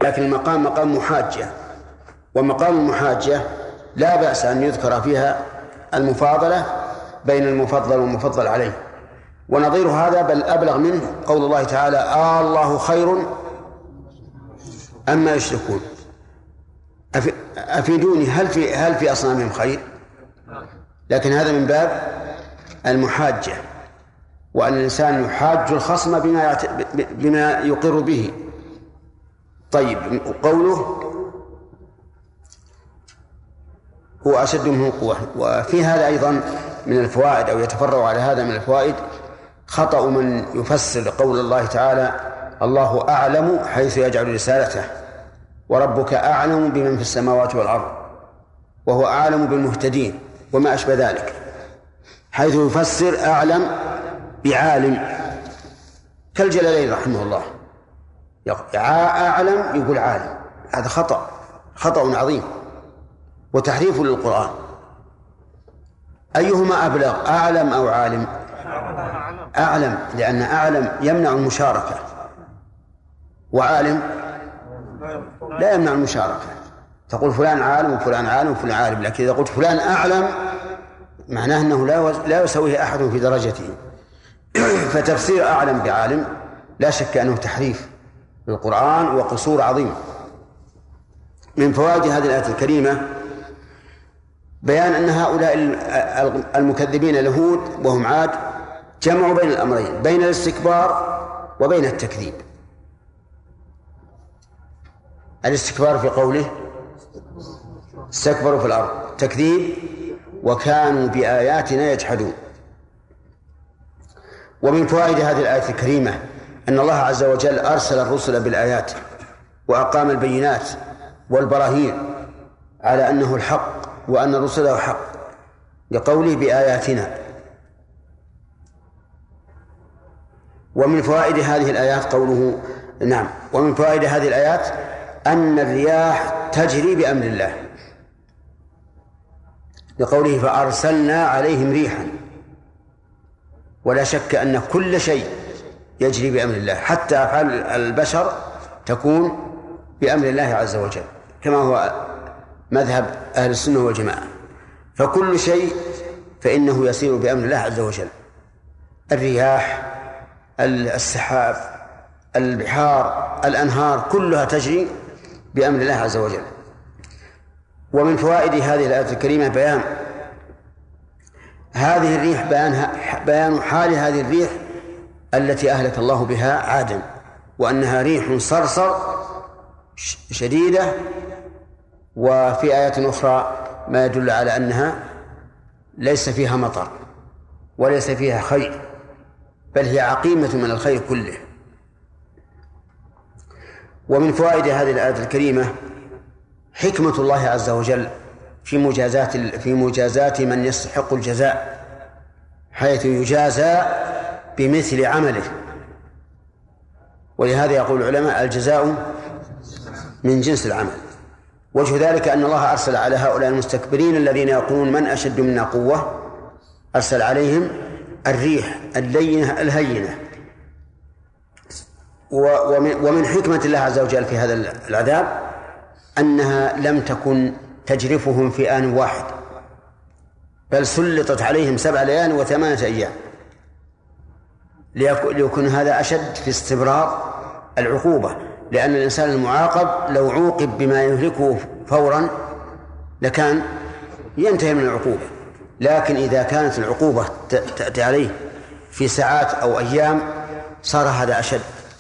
لكن المقام مقام محاجة، ومقام المحاجة لا بأس أن يذكر فيها المفاضلة بين المفضل والمفضل عليه. ونظير هذا بل أبلغ منه قول الله تعالى: الله خير أما يشركون. أفيدوني، هل في أصنامهم خير؟ لكن هذا من باب المحاجة، وأن الإنسان يحاج الخصم بما يقر به. طيب، قوله هو أشد منه قوة. وفي هذا أيضا من الفوائد، أو يتفرع على هذا من الفوائد، خطأ من يفسر قول الله تعالى: الله أعلم حيث يجعل رسالته، وربك أعلم بمن في السماوات والأرض، وهو أعلم بالمهتدين، وما أشبه ذلك، حيث يفسر أعلم بعالم، كالجلالين رحمه الله، أعلم يقول عالم. هذا خطأ عظيم وتحريف للقرآن. أيهما أبلغ، أعلم أو عالم؟ أعلم، لأن أعلم يمنع المشاركة، وعالم لا يمنع المشاركة. تقول فلان عالم وفلان عالم وفلان عالم، لكن إذا قلت فلان أعلم معناه أنه لا يسويه أحد في درجته. فتفسير أعلم بعالم لا شك أنه تحريف للقرآن وقصور عظيم. من فوائد هذه الآية الكريمة بيان أن هؤلاء المكذبين اليهود وهم عاد جمعوا بين الأمرين، بين الاستكبار وبين التكذيب. الاستكبار في قوله: استكبروا في الأرض، تكذيب: وكانوا بآياتنا يجحدون. ومن فوائد هذه الآية الكريمة أن الله عز وجل أرسل الرسل بالآيات، وأقام البينات والبراهين على أنه الحق وأن رسله حق، لقوله بآياتنا. ومن فوائد هذه الآيات ومن فوائد هذه الآيات أن الرياح تجري بأمر الله، لقوله: فأرسلنا عليهم ريحا. ولا شك أن كل شيء يجري بأمر الله، حتى أفعال البشر تكون بأمر الله عز وجل، كما هو مذهب أهل السنة والجماعة. فكل شيء فإنه يسير بأمر الله عز وجل، الرياح، السحاب، البحار، الأنهار، كلها تجري بأمر الله عز وجل. ومن فوائد هذه الآية الكريمة بيان هذه الريح، بيان حال هذه الريح التي أهلك الله بها عادا، وأنها ريح صرصر شديدة. وفي آية أخرى ما يدل على أنها ليس فيها مطر وليس فيها خير، بل هي عقيمة من الخير كله. ومن فوائد هذه الآية الكريمة حكمة الله عز وجل في مجازات من يستحق الجزاء، حيث يجازى بمثل عمله. ولهذا يقول العلماء: الجزاء من جنس العمل. وجه ذلك أن الله أرسل على هؤلاء المستكبرين الذين يقولون من أشد منا قوة، أرسل عليهم الريح اللينة الهينة. ومن حكمة الله عز وجل في هذا العذاب أنها لم تكن تجرفهم في آن واحد، بل سلطت عليهم 7 ليال و8 أيام، ليكون هذا أشد في استمرار العقوبة. لأن الإنسان المعاقب لو عوقب بما يهلكه فورا لكان ينتهي من العقوبة، لكن إذا كانت العقوبة تأتي عليه في ساعات أو أيام صار هذا أشد.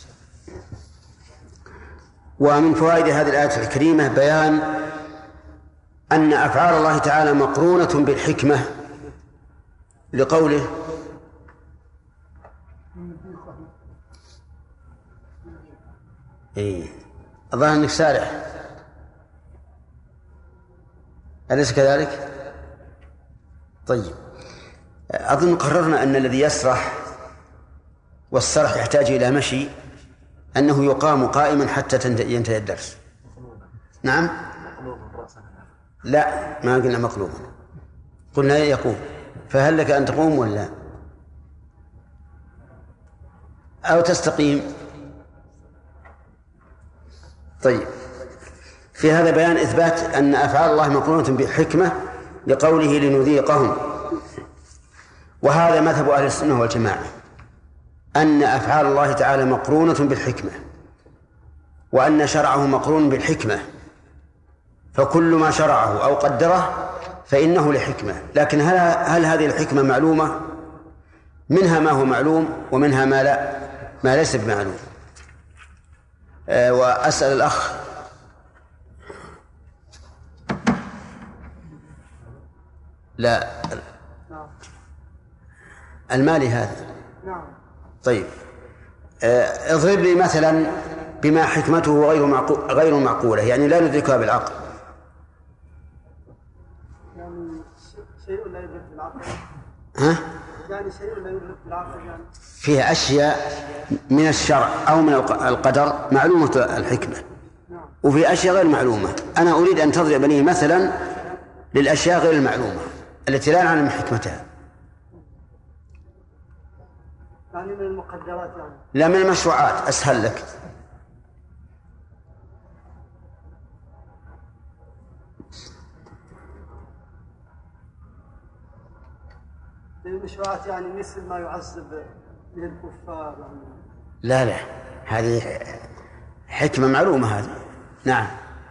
ومن فوائد هذه الآية الكريمة بيان أن أفعال الله تعالى مقرونة بالحكمة، لقوله: الظاهر أنك سارح، أليس كذلك؟ طيب، أظن قررنا أن الذي يسرح والسرح يحتاج إلى مشي أنه يقام قائما حتى ينتهي الدرس. نعم؟ لا، ما قلنا مقلوبا، قلنا يقوم. فهل لك أن تقوم ولا أو تستقيم؟ طيب، في هذا بيان إثبات أن أفعال الله مقرونة بالحكمة لقوله لنذيقهم. وهذا مذهب أهل السنة والجماعة، أن أفعال الله تعالى مقرونة بالحكمة، وأن شرعه مقرون بالحكمة، فكل ما شرعه أو قدره فإنه لحكمة. لكن هل هذه الحكمة معلومة؟ منها ما هو معلوم ومنها ما ليس بمعلوم. وأسأل الأخ لا المالي هذا. طيب، اضرب لي مثلا بما حكمته غير معقولة، يعني لا ندركها بالعقل. يعني شيء لا يدرك بالعقل. يعني شيء لا يدرك بالعقل، يعني فيها أشياء من الشرع أو من القدر معلومة الحكمة، وفي أشياء غير معلومة. أنا أريد أن تضرب لي مثلا للأشياء غير المعلومة التي لا نعلم حكمتها. يعني من المقدرات، يعني لا، من المشروعات أسهل لك. المشروعات يعني مثل ما يعذب به الكفار يعني. لا هذه حكمة معلومة هذه. نعم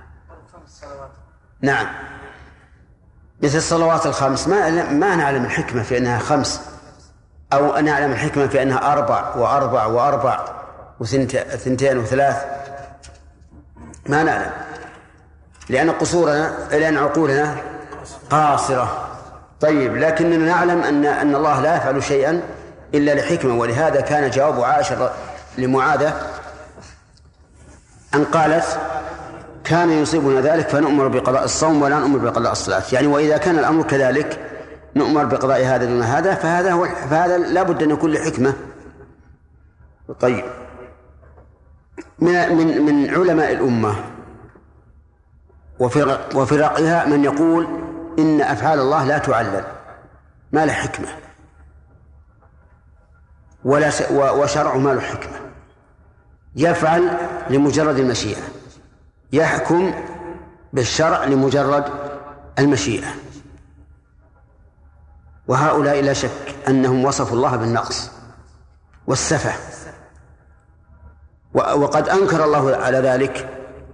نعم، مثل الصلوات الخمس ما نعلم الحكمة في أنها خمس، أو نعلم الحكمة في أنها 4 و4 و4 و2 و3، ما نعلم، لأن عقولنا قاصرة. طيب، لكننا نعلم أن الله لا يفعل شيئا إلا لحكمة. ولهذا كان جواب عائشة لمعاذة أن قالت: كان يصيبنا ذلك فنؤمر بقضاء الصوم ولا نؤمر بقضاء الصلاة. يعني وإذا كان الأمر كذلك نؤمر بقضاء هذا دون هذا، فهذا لا بد أن يكون لحكمة. طيب، من علماء الأمة وفرقها من يقول إن أفعال الله لا تعلل، ما له حكمة، وشرعه ما له حكمة، يفعل لمجرد المشيئة، يحكم بالشرع لمجرد المشيئة. وهؤلاء لا شك أنهم وصفوا الله بالنقص والسفة، وقد أنكر الله على ذلك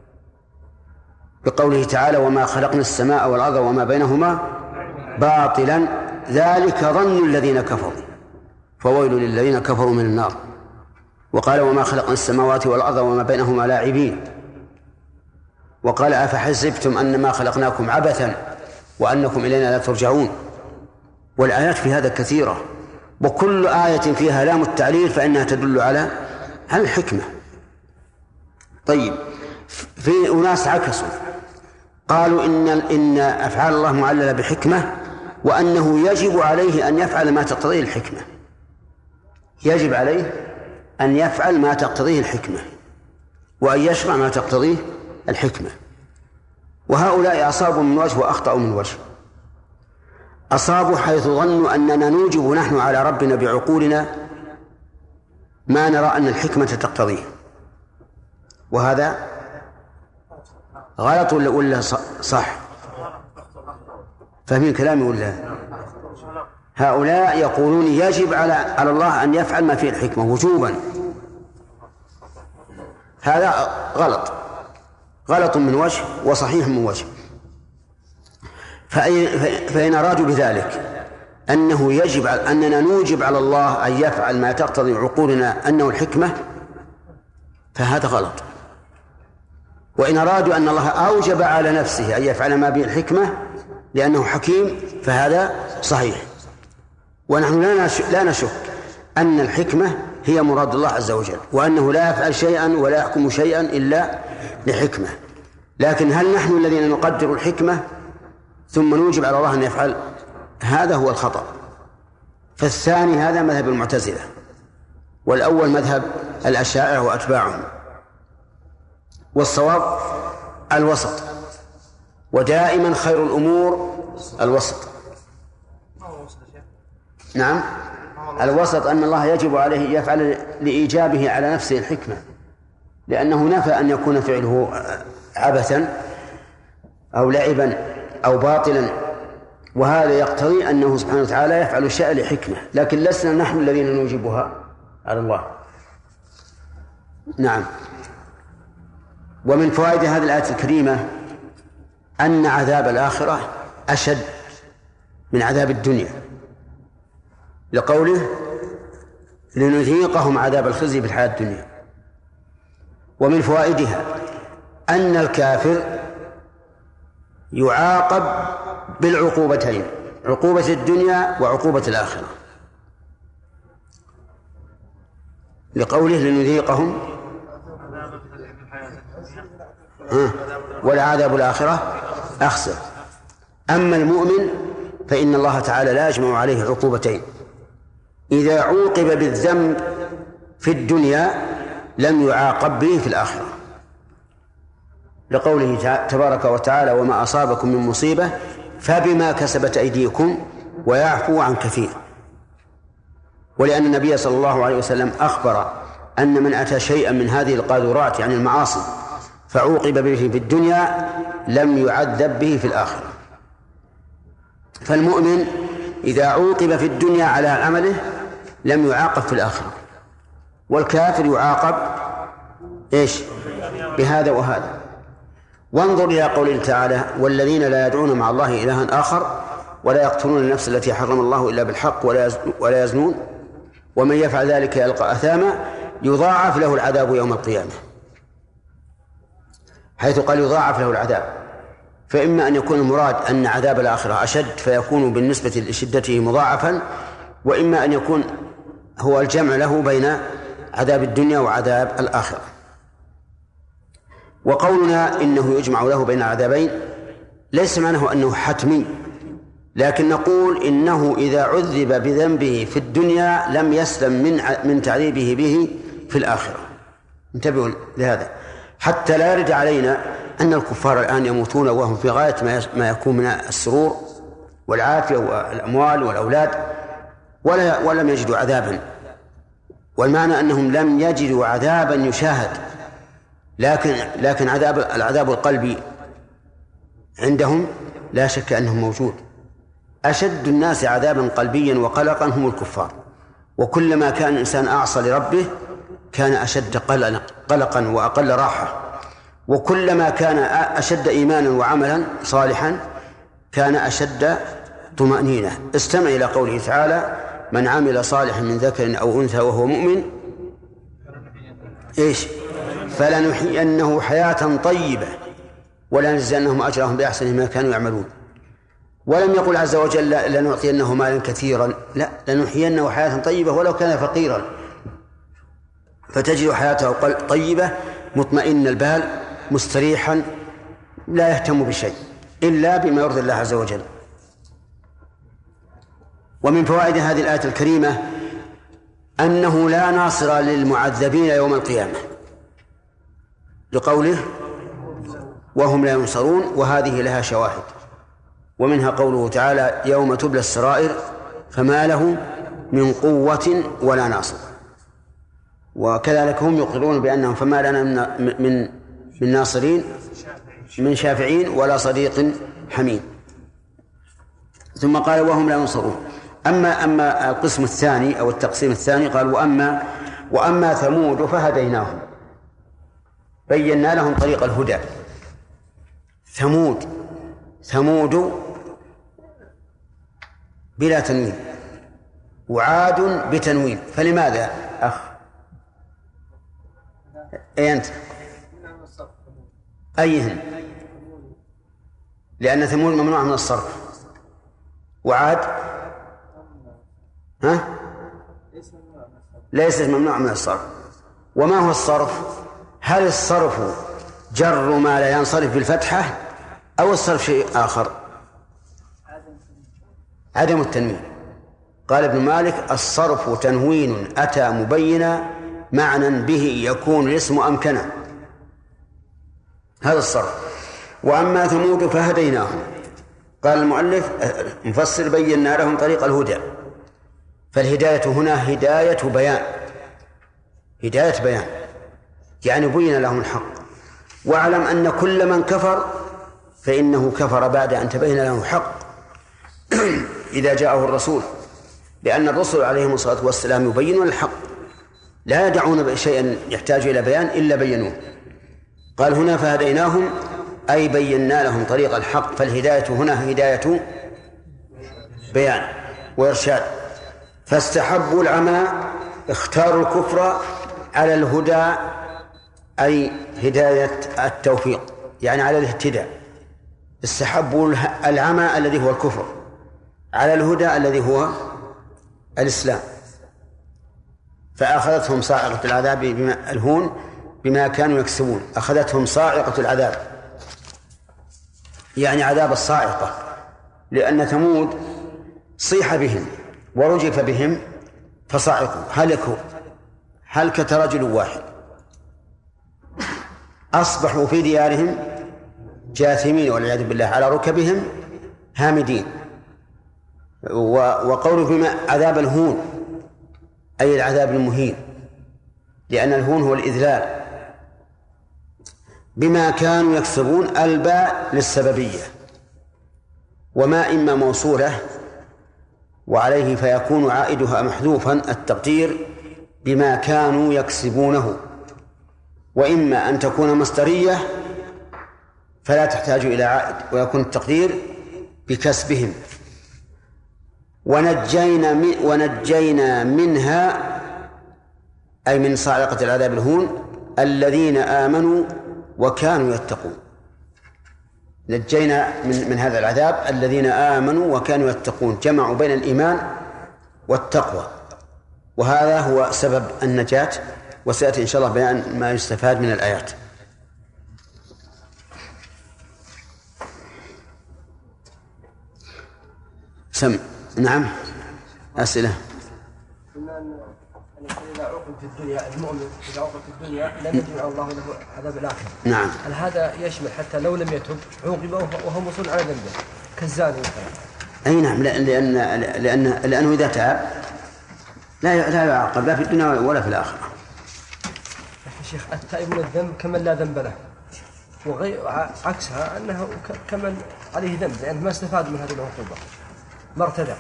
بقوله تعالى: وما خلقنا السماء والأرض وما بينهما باطلا ذلك ظن الذين كفروا فويل للذين كفروا من النار. وقال: وما خلقنا السماوات والأرض وما بينهما لاعبين. وقال: أفحسبتم أنما خلقناكم عبثا وأنكم إلينا لا ترجعون. والآيات في هذا كثيرة، وكل آية فيها لام التعليل فإنها تدل على الحكمة. طيب، في أناس عكسوا، قالوا إن أفعال الله معللة بحكمة، وأنه يجب عليه أن يفعل ما تقتضيه الحكمة، يجب عليه أن يفعل ما تقتضيه الحكمة، وأن يشرع ما تقتضيه الحكمة. وهؤلاء أصابوا من وجه وأخطأوا من وجه. أصابوا حيث ظنوا أننا نوجب نحن على ربنا بعقولنا ما نرى أن الحكمة تقتضيه، وهذا غلط ولا صح؟ فاهمين كلامي ولا؟ هؤلاء يقولون يجب على الله أن يفعل ما فيه الحكمة وجوبا. هذا غلط من وجه وصحيح من وجه. فإن أرادوا بذلك أنه يجب أننا نوجب على الله أن يفعل ما تقتضي عقولنا أنه الحكمة، فهذا غلط. وإن أرادوا أن الله أوجب على نفسه أن يفعل ما به الحكمة لأنه حكيم، فهذا صحيح. ونحن لا نشك أن الحكمة هي مراد الله عز وجل، وأنه لا يفعل شيئا ولا يحكم شيئا إلا لحكمة. لكن هل نحن الذين نقدر الحكمة ثم نوجب على الله أن يفعل؟ هذا هو الخطأ. فالثاني هذا مذهب المعتزلة، والأول مذهب الأشاعرة وأتباعهم، والصواب الوسط. ودائما خير الأمور الوسط. نعم، الوسط أن الله يجب عليه يفعل لإيجابه على نفسه الحكمة، لأنه نفى أن يكون فعله عبثا أو لعبا أو باطلا، وهذا يقتضي أنه سبحانه وتعالى يفعل الشيء لحكمة، لكن لسنا نحن الذين نوجبها على الله. نعم. ومن فوائد هذه الآية الكريمة أن عذاب الآخرة أشد من عذاب الدنيا، لقوله لنذيقهم عذاب الخزي في الحياة الدنيا. ومن فوائدها أن الكافر يعاقب بالعقوبتين، عقوبة الدنيا وعقوبة الآخرة، لقوله لنذيقهم ولعذاب الآخرة أخزى. أما المؤمن فإن الله تعالى لا يجمع عليه عقوبتين، إذا عوقب بالذنب في الدنيا لم يعاقب به في الآخرة، لقوله تبارك وتعالى وما أصابكم من مصيبة فبما كسبت أيديكم ويعفو عن كثير. ولأن النبي صلى الله عليه وسلم أخبر أن من أتى شيئا من هذه القاذورات يعني المعاصي فعوقب به في الدنيا لم يعذب به في الآخرة. فالمؤمن إذا عوقب في الدنيا على عمله لم يعاقب في الآخرة، والكافر يعاقب إيش بهذا وهذا. وانظر إلى قوله تعالى والذين لا يدعون مع الله إلها آخر ولا يقتلون النفس التي حرم الله إلا بالحق ولا يزنون ومن يفعل ذلك يلقى أثاما يضاعف له العذاب يوم القيامة، حيث قال يضاعف له العذاب، فإما أن يكون المراد أن عذاب الآخرة أشد فيكون بالنسبة لشدته مضاعفا، وإما أن يكون هو الجمع له بين عذاب الدنيا وعذاب الآخرة. وقولنا إنه يجمع له بين العذابين ليس معناه أنه حتمي، لكن نقول إنه إذا عذب بذنبه في الدنيا لم يسلم من تعذيبه به في الآخرة. انتبهوا لهذا حتى لا يرد علينا أن الكفار الآن يموتون وهم في غاية ما يكون من السرور والعافية والأموال والأولاد ولم يجدوا عذابا، والمعنى أنهم لم يجدوا عذابا يشاهد، لكن العذاب القلبي عندهم لا شك أنه موجود. أشد الناس عذابا قلبيا وقلقا هم الكفار، وكلما كان الإنسان أعصى لربه كان أشد قلقا وأقل راحة، وكلما كان أشد إيمانا وعملا صالحا كان أشد طمأنينة. استمع إلى قوله تعالى من عمل صالحا من ذكر أو أنثى وهو مؤمن فلنحيينه حياة طيبة ولنجزينهم أجرهم بأحسن ما كانوا يعملون. ولم يقل عز وجل لنعطينه مالا كثيرا، لا، لنحيينه حياة طيبة ولو كان فقيرا، فتجد حياته طيبة مطمئن البال مستريحا لا يهتم بشيء إلا بما يرضي الله عز وجل. ومن فوائد هذه الآية الكريمة أنه لا ناصر للمعذبين يوم القيامة، لقوله وهم لا ينصرون، وهذه لها شواهد، ومنها قوله تعالى يوم تبلى السرائر فما له من قوة ولا ناصر. وكذلك هم يقرون بأنهم فما لنا من ناصرين من شافعين ولا صديق حميم. ثم قال وهم لا ينصرون. أما القسم الثاني أو التقسيم الثاني قال وأما ثمود فهديناهم بينا لهم طريق الهدى. ثمود بلا تنوين وعاد بتنوين، فلماذا أخ أنت أيهن؟ لأن ثمود ممنوع من الصرف، وعاد ليس ممنوع من الصرف. وما هو الصرف؟ هل الصرف جر ما لا ينصرف بالفتحة أو الصرف شيء آخر؟ عدم التنوين. قال ابن مالك الصرف تنوين أتى مبينا معنى به يكون الاسم أمكنا، هذا الصرف. وأما ثمود فهديناهم، قال المؤلف مفسر بينا لهم طريق الهدى، فالهداية هنا هداية بيان يعني بين لهم الحق. واعلم أن كل من كفر فإنه كفر بعد أن تبين له الحق إذا جاءه الرسول، لأن الرسل عليهم الصلاة والسلام يبينون الحق، لا يدعون شيئا يحتاج إلى بيان إلا بينوه. قال هنا فهديناهم أي بينا لهم طريق الحق، فالهداية هنا هداية بيان وإرشاد. فاستحبوا العمى، اختاروا الكفر على الهدى أي هداية التوفيق، يعني على الاهتداء. استحبوا العمى الذي هو الكفر على الهدى الذي هو الإسلام، فأخذتهم صاعقة العذاب الهون بما كانوا يكسبون. أخذتهم صاعقة العذاب يعني عذاب الصاعقة، لأن ثمود صيح بهم ورجف بهم فصعقوا هلكوا هلكة رجل واحد، أصبحوا في ديارهم جاثمين والعياذ بالله على ركبهم هامدين. وقوله بما عذاب الهون أي العذاب المهين، لأن الهون هو الإذلال. بما كانوا يكسبون الباء للسببية، وما إما موصولة وعليه فيكون عائدها محذوفا التقدير بما كانوا يكسبونه، وإما أن تكون مصدرية فلا تحتاج إلى عائد ويكون التقدير بكسبهم. ونجينا منها أي من صاعقة العذاب الهون الذين آمنوا وكانوا يتقون. نجينا من هذا العذاب الذين آمنوا وكانوا يتقون، جمعوا بين الإيمان والتقوى، وهذا هو سبب النجاة. وسيأتي إن شاء الله بيان ما يستفاد من الآيات. نعم أسئلة. إذا عوقب في الدنيا المؤمن إذا عوقب في الدنيا لم يجمع الله له عذاب الآخرة. نعم. هل هذا يشمل حتى لو لم يتب عوقب وهو مصر على ذنبه كالزاني مثلا؟ أي نعم، لأنه إذا تاب لا يعاقب لا في الدنيا ولا في الآخرة. يا شيخ التائب من الذنب كمن لا ذنب له، وغير عكسها أنه كمن عليه ذنب لأنه ما استفاد من هذه العقوبة ما ارتدى.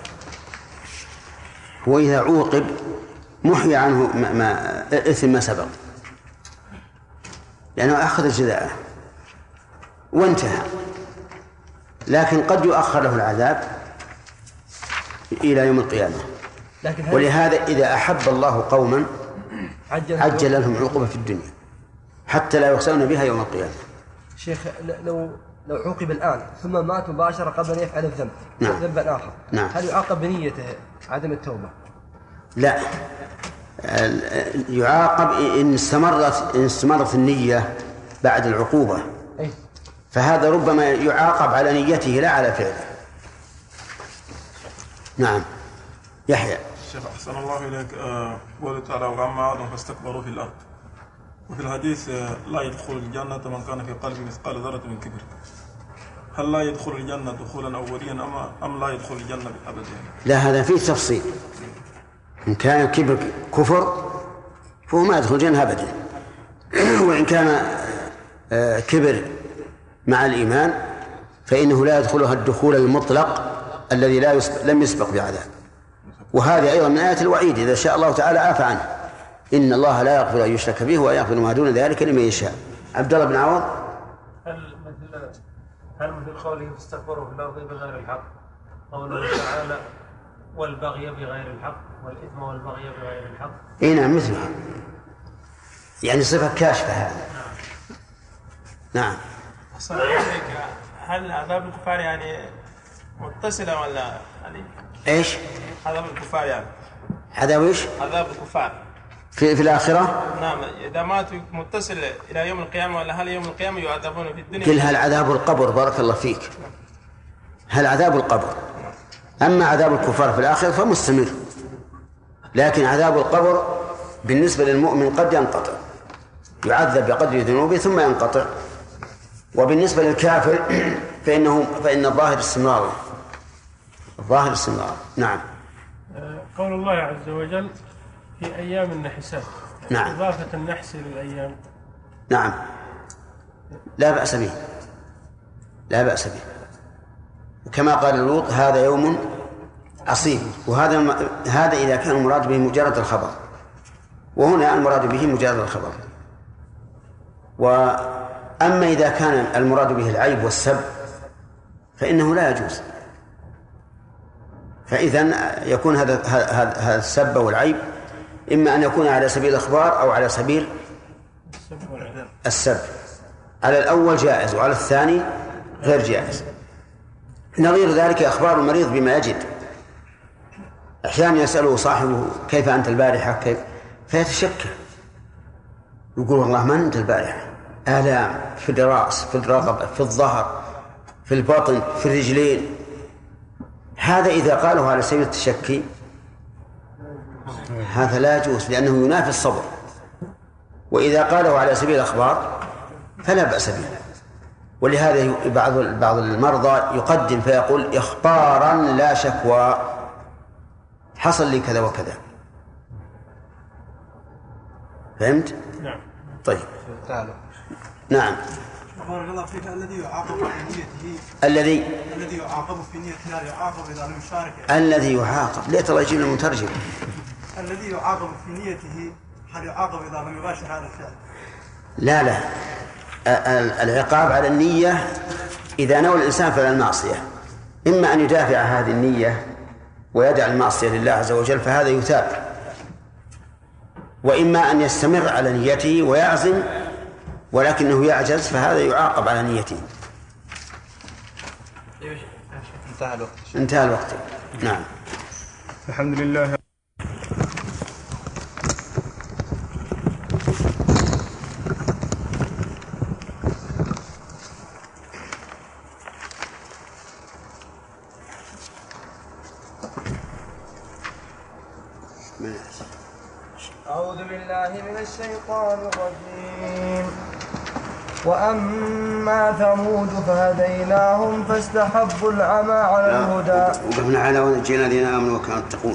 هو إذا عوقب محي عنه إثم ما سبق، لأنه أخذ جزاءه وانتهى، لكن قد يؤخر له العذاب إلى يوم القيامة. ولهذا إذا أحب الله قوما عجل لهم عقوبة في الدنيا حتى لا يخسرون بها يوم القيامة. شيخ لو عوقب الآن ثم مات مباشرة قبل أن يفعل الذنب ذنبا آخر، نعم. هل يعاقب بنيته عدم التوبة؟ لا، يعاقب إن استمرت النية بعد العقوبة، فهذا ربما يعاقب على نيته لا على فعله. نعم. يحيى. الشيخ أحسن الله إليك، قوله تعالى وأما عاد فاستكبروا في الأرض، وفي الحديث لا يدخل الجنة من كان في قلبه مثقال ذرة من كبر. هل لا يدخل الجنة دخولا أوليا أم لا يدخل الجنة أبدا؟ لا، هذا فيه تفصيل. إن كان الكبر كفر فهو ما يدخل الجنة أبدا، وإن كان كبر مع الإيمان فإنه لا يدخلها الدخول المطلق الذي لم يسبق بعذاب. وهذه أيضا من آيات الوعيد، إذا شاء الله تعالى عفى عنه. إن الله لا يغفر أن يشرك به ويغفر ما دون ذلك لمن يشاء. عبد الله بن عوض. هل مثل قوله استكبروا في الأرض بغير الحق، قوله تعالى والبغي بغير الحق والإثم والبغي بغير الحق؟ إيه نعم، مثلها، يعني صفة كاشفة هذه. نعم. هل عذاب الكفار يعني متصلة ولا يعني إيش؟ عذاب الكفار يعني عذاب إيش؟ عذاب الكفار في الآخرة؟ نعم، إذا ماتوا متصل إلى يوم القيامة، ولا هل يوم القيامة يعذبون في الدنيا؟ قل هل عذاب القبر، بارك الله فيك، هل عذاب القبر. أما عذاب الكفار في الآخرة فمستمر، لكن عذاب القبر بالنسبة للمؤمن قد ينقطع، يعذب بقدر ذنوبه ثم ينقطع. وبالنسبة للكافر فإن الظاهر استمرار. نعم. قول الله عز وجل في أيام النحسات، نعم. إضافة النحس للأيام نعم لا بأس به، لا بأس به، كما قال لوط هذا يوم عصيب، هذا إذا كان المراد به مجرد الخبر، وهنا المراد به مجرد الخبر. وأما إذا كان المراد به العيب والسب فإنه لا يجوز، فإذن يكون هذا السب والعيب إما أن يكون على سبيل الإخبار أو على سبيل السب. على الأول جائز وعلى الثاني غير جائز. نظير ذلك أخبار المريض بما يجد، أحيانا يسأله صاحبه كيف أنت البارحة كيف، فيتشكى يقول والله ما أنت البارحة، آلام في الرأس في الرقبة في الظهر في البطن في الرجلين. هذا إذا قاله على سبيل التشكي هذا لا يجوز لأنه ينافي الصبر، وإذا قاله على سبيل الأخبار فلا بأس به. ولهذا بعض المرضى يقدم فيقول إخبارا لا شكوى، حصل لي كذا وكذا. فهمت؟ نعم. طيب نعم. بارك الله فيك. الذي يعاقب في نيته الذي يعاقب في نيته لا يعاقب إذا لم يشارك. الذي يعاقب ليت الله يجيب المترجم. الذي يعاقب في نيته هل يعاقب إذا لم يباشر هذا الفعل؟ لا العقاب على النية إذا نوى الإنسان فعل المعصية، إما أن يدافع هذه النية ويدع المعصية لله عز وجل فهذا يثاب، وإما أن يستمر على نيته ويعزم ولكنه يعجز فهذا يعاقب على نيته. انتهى الوقت. نعم. الحمد لله. أعوذ بالله من الشيطان الرجيم. وأما ثمود فهديناهم فاستحبوا العمى على الهدى. وقفنا على ونجينا الذين آمنوا وكانوا يتقون.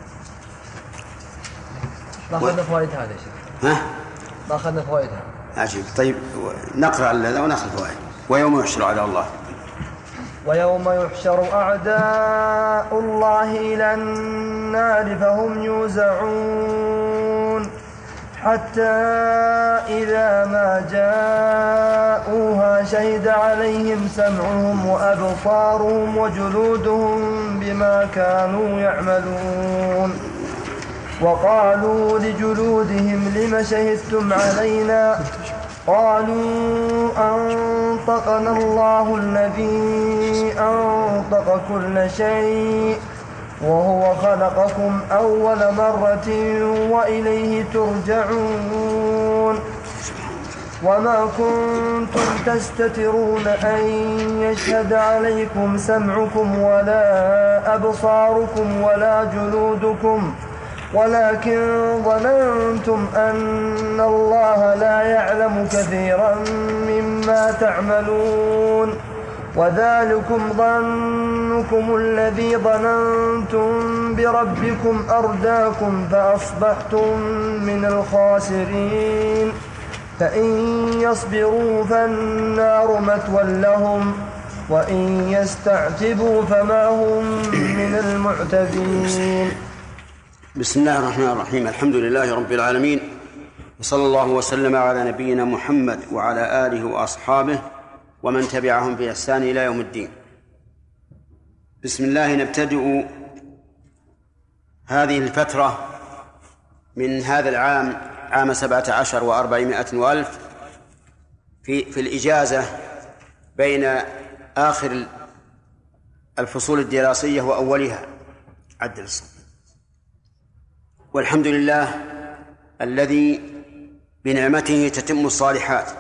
ما أخذنا فوائد هذا يا شيخ. ها؟ ما أخذنا فوائدها. عجيب. طيب نقرأ على هذا ونأخذ فوائد. ويوم يحشر أعداء الله. ويوم يحشر أعداء الله إلى النار فهم يوزعون حتى إذا ما جاءوها شهد عليهم سمعهم وأبصارهم وجلودهم بما كانوا يعملون. وقالوا لجلودهم لم شهدتم علينا؟ قالوا أنطقنا الله الذي أنطق كل شيء وهو خلقكم أول مرة وإليه ترجعون. وما كنتم تستترون أن يشهد عليكم سمعكم ولا أبصاركم ولا جلودكم ولكن ظننتم أن الله لا يعلم كثيرا مما تعملون. وذلكم ظنكم الذي ظننتم بربكم أرداكم فأصبحتم من الخاسرين. فإن يصبروا فالنار مثوى لهم وإن يستعتبوا فما هم من المعتبين. بسم الله الرحمن الرحيم. الحمد لله رب العالمين، وصلى الله وسلم على نبينا محمد وعلى آله وأصحابه ومن تبعهم بإحسان إلى يوم الدين. بسم الله نبتدئ هذه الفترة من هذا العام، عام 17 و400 وألف، في الإجازة بين آخر الفصول الدراسية وأولها. عدل الصوت. والحمد لله الذي بنعمته تتم الصالحات،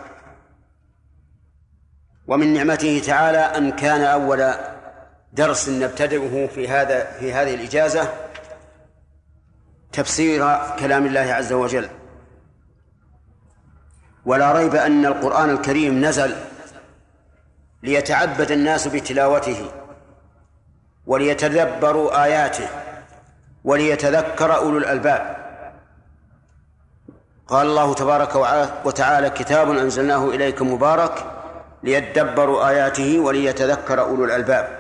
ومن نعمته تعالى أن كان أول درس نبتدئه في هذه الإجازة تفسير كلام الله عز وجل. ولا ريب أن القرآن الكريم نزل ليتعبد الناس بتلاوته وليتدبروا آياته وليتذكر أولو الألباب. قال الله تبارك وتعالى: كتاب أنزلناه إليك مبارك ليدبروا آياته وليتذكر أولو الألباب.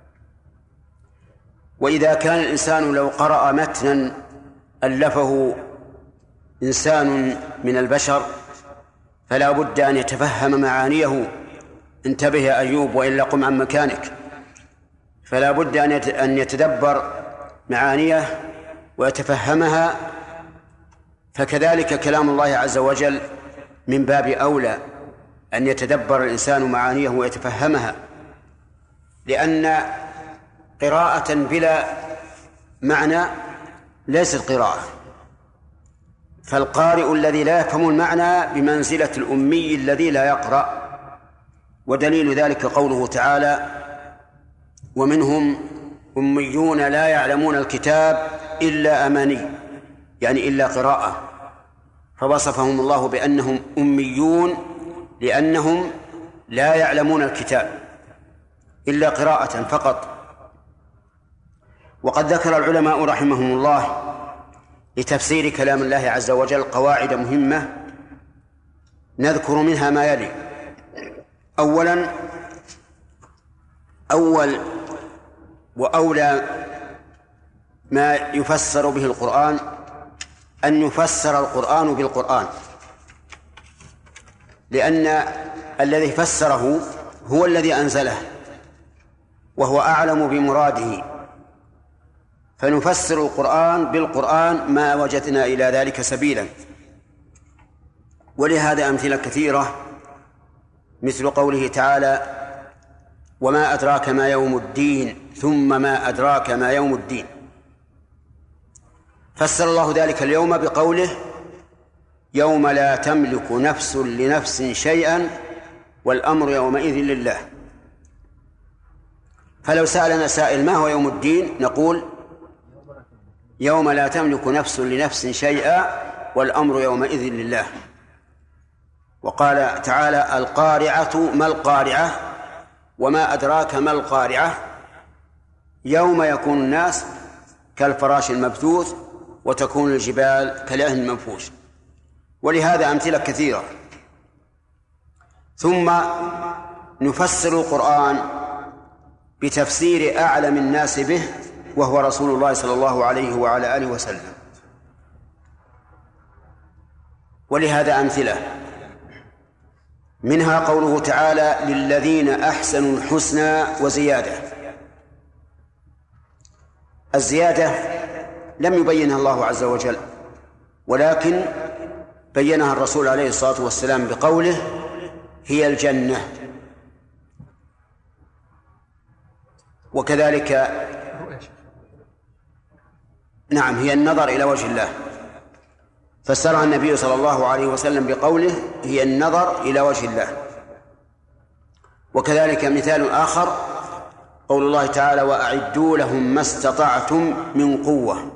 وإذا كان الإنسان لو قرأ متنا ألفه إنسان من البشر فلا بد أن يتفهم معانيه. انتبه يا أيوب وإلا قم عن مكانك. فلا بد أن يتدبر معانيه ويتفهمها. فكذلك كلام الله عز وجل من باب أولى أن يتدبر الإنسان معانيه ويتفهمها، لأن قراءة بلا معنى ليست قراءة. فالقارئ الذي لا يفهم المعنى بمنزلة الأمي الذي لا يقرأ. ودليل ذلك قوله تعالى: ومنهم أميون لا يعلمون الكتاب إلا أماني، يعني إلا قراءة. فوصفهم الله بأنهم أميون لأنهم لا يعلمون الكتاب إلا قراءة فقط. وقد ذكر العلماء رحمهم الله لتفسير كلام الله عز وجل قواعد مهمة، نذكر منها ما يلي: أولا، أول وأولى ما يفسر به القرآن أن يفسر القرآن بالقرآن، لأن الذي فسره هو الذي أنزله وهو أعلم بمراده. فنفسر القرآن بالقرآن ما وجدنا إلى ذلك سبيلا. ولهذا أمثلة كثيرة، مثل قوله تعالى: وما أدراك ما يوم الدين ثم ما أدراك ما يوم الدين. فسر الله ذلك اليوم بقوله: يوم لا تملك نفس لنفس شيئا والأمر يومئذ لله. فلو سألنا سائل: ما هو يوم الدين؟ نقول: يوم لا تملك نفس لنفس شيئا والأمر يومئذ لله. وقال تعالى: القارعة ما القارعة وما أدراك ما القارعة يوم يكون الناس كالفراش المبثوث وتكون الجبال كالعهن المنفوش. ولهذا أمثلة كثيرة. ثم نفسر القرآن بتفسير أعلم الناس به وهو رسول الله صلى الله عليه وعلى آله وسلم. ولهذا أمثلة منها قوله تعالى: للذين أحسنوا الحسنى وزيادة. الزيادة لم يبينها الله عز وجل، ولكن بينها الرسول عليه الصلاة والسلام بقوله: هي الجنة. وكذلك نعم هي النظر إلى وجه الله، فسرها النبي صلى الله عليه وسلم بقوله: هي النظر إلى وجه الله. وكذلك مثال آخر قول الله تعالى: وأعدوا لهم ما استطعتم من قوة.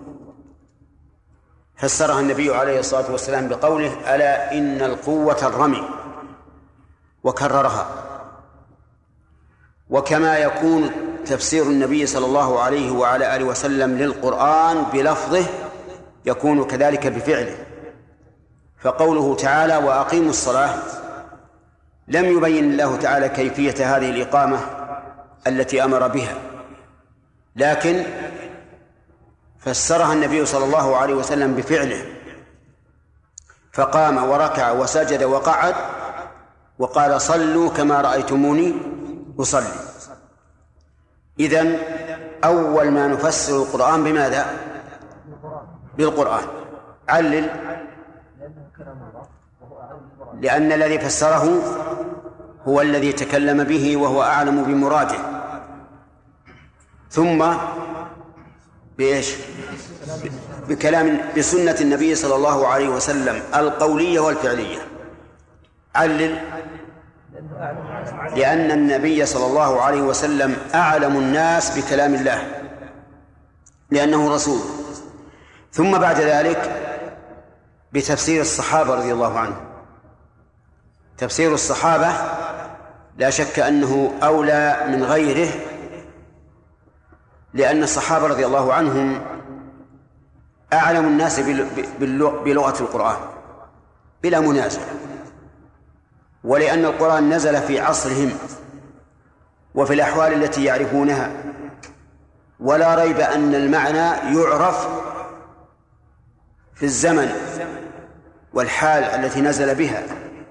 فسرها النبي عليه الصلاة والسلام بقوله: ألا إن القوة الرمي، وكررها. وكما يكون تفسير النبي صلى الله عليه وعلى آله وسلم للقرآن بلفظه يكون كذلك بفعله. فقوله تعالى: وأقيموا الصلاة لم يبين الله تعالى كيفية هذه الإقامة التي أمر بها، لكن فسرها النبي صلى الله عليه وسلم بفعله، فقام وركع وسجد وقعد وقال: صلوا كما رأيتموني أصلي. إذن أول ما نفسر القرآن بماذا؟ بالقرآن. علل: لأن الذي فسره هو الذي تكلم به وهو أعلم بمراده. ثم بإيش؟ بسنة النبي صلى الله عليه وسلم القولية والفعلية. علل: لأن النبي صلى الله عليه وسلم أعلم الناس بكلام الله لأنه رسول. ثم بعد ذلك بتفسير الصحابة رضي الله عنهم. تفسير الصحابة لا شك أنه أولى من غيره، لأن الصحابة رضي الله عنهم أعلم الناس بلغة القرآن، بلا منازع، ولأن القرآن نزل في عصرهم وفي الأحوال التي يعرفونها، ولا ريب أن المعنى يعرف في الزمن والحال التي نزل بها.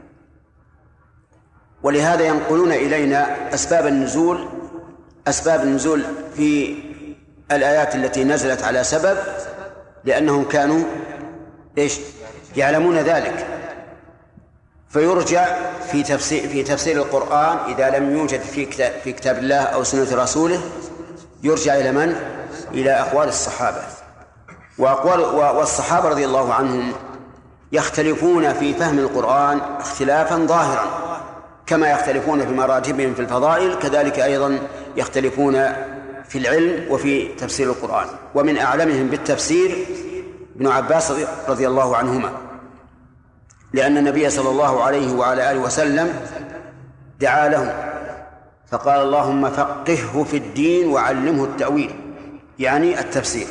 ولهذا ينقلون إلينا أسباب النزول في الآيات التي نزلت على سبب، لأنهم كانوا يعلمون ذلك. فيرجع في تفسير القرآن إذا لم يوجد في كتاب الله أو سنة رسوله، يرجع إلى من؟ إلى أقوال الصحابة. والصحابة رضي الله عنهم يختلفون في فهم القرآن اختلافا ظاهرا، كما يختلفون في مراتبهم في الفضائل، كذلك أيضا يختلفون في العلم وفي تفسير القرآن. ومن أعلمهم بالتفسير ابن عباس رضي الله عنهما، لأن النبي صلى الله عليه وعلى آله وسلم دعا له فقال: اللهم فقهه في الدين وعلمه التأويل، يعني التفسير.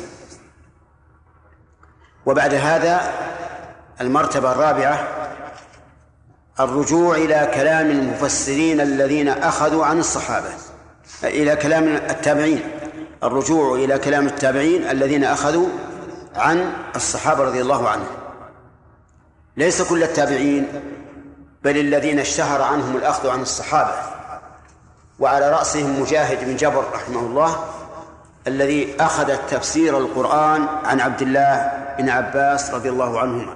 وبعد هذا المرتبة الرابعة الرجوع إلى كلام المفسرين الذين أخذوا عن الصحابة، إلى كلام التابعين، الرجوع إلى كلام التابعين الذين أخذوا عن الصحابة رضي الله عنهم. ليس كل التابعين، بل الذين اشتهر عنهم الأخذ عن الصحابة، وعلى رأسهم مجاهد بن جبر رحمه الله، الذي أخذ تفسير القرآن عن عبد الله بن عباس رضي الله عنهما،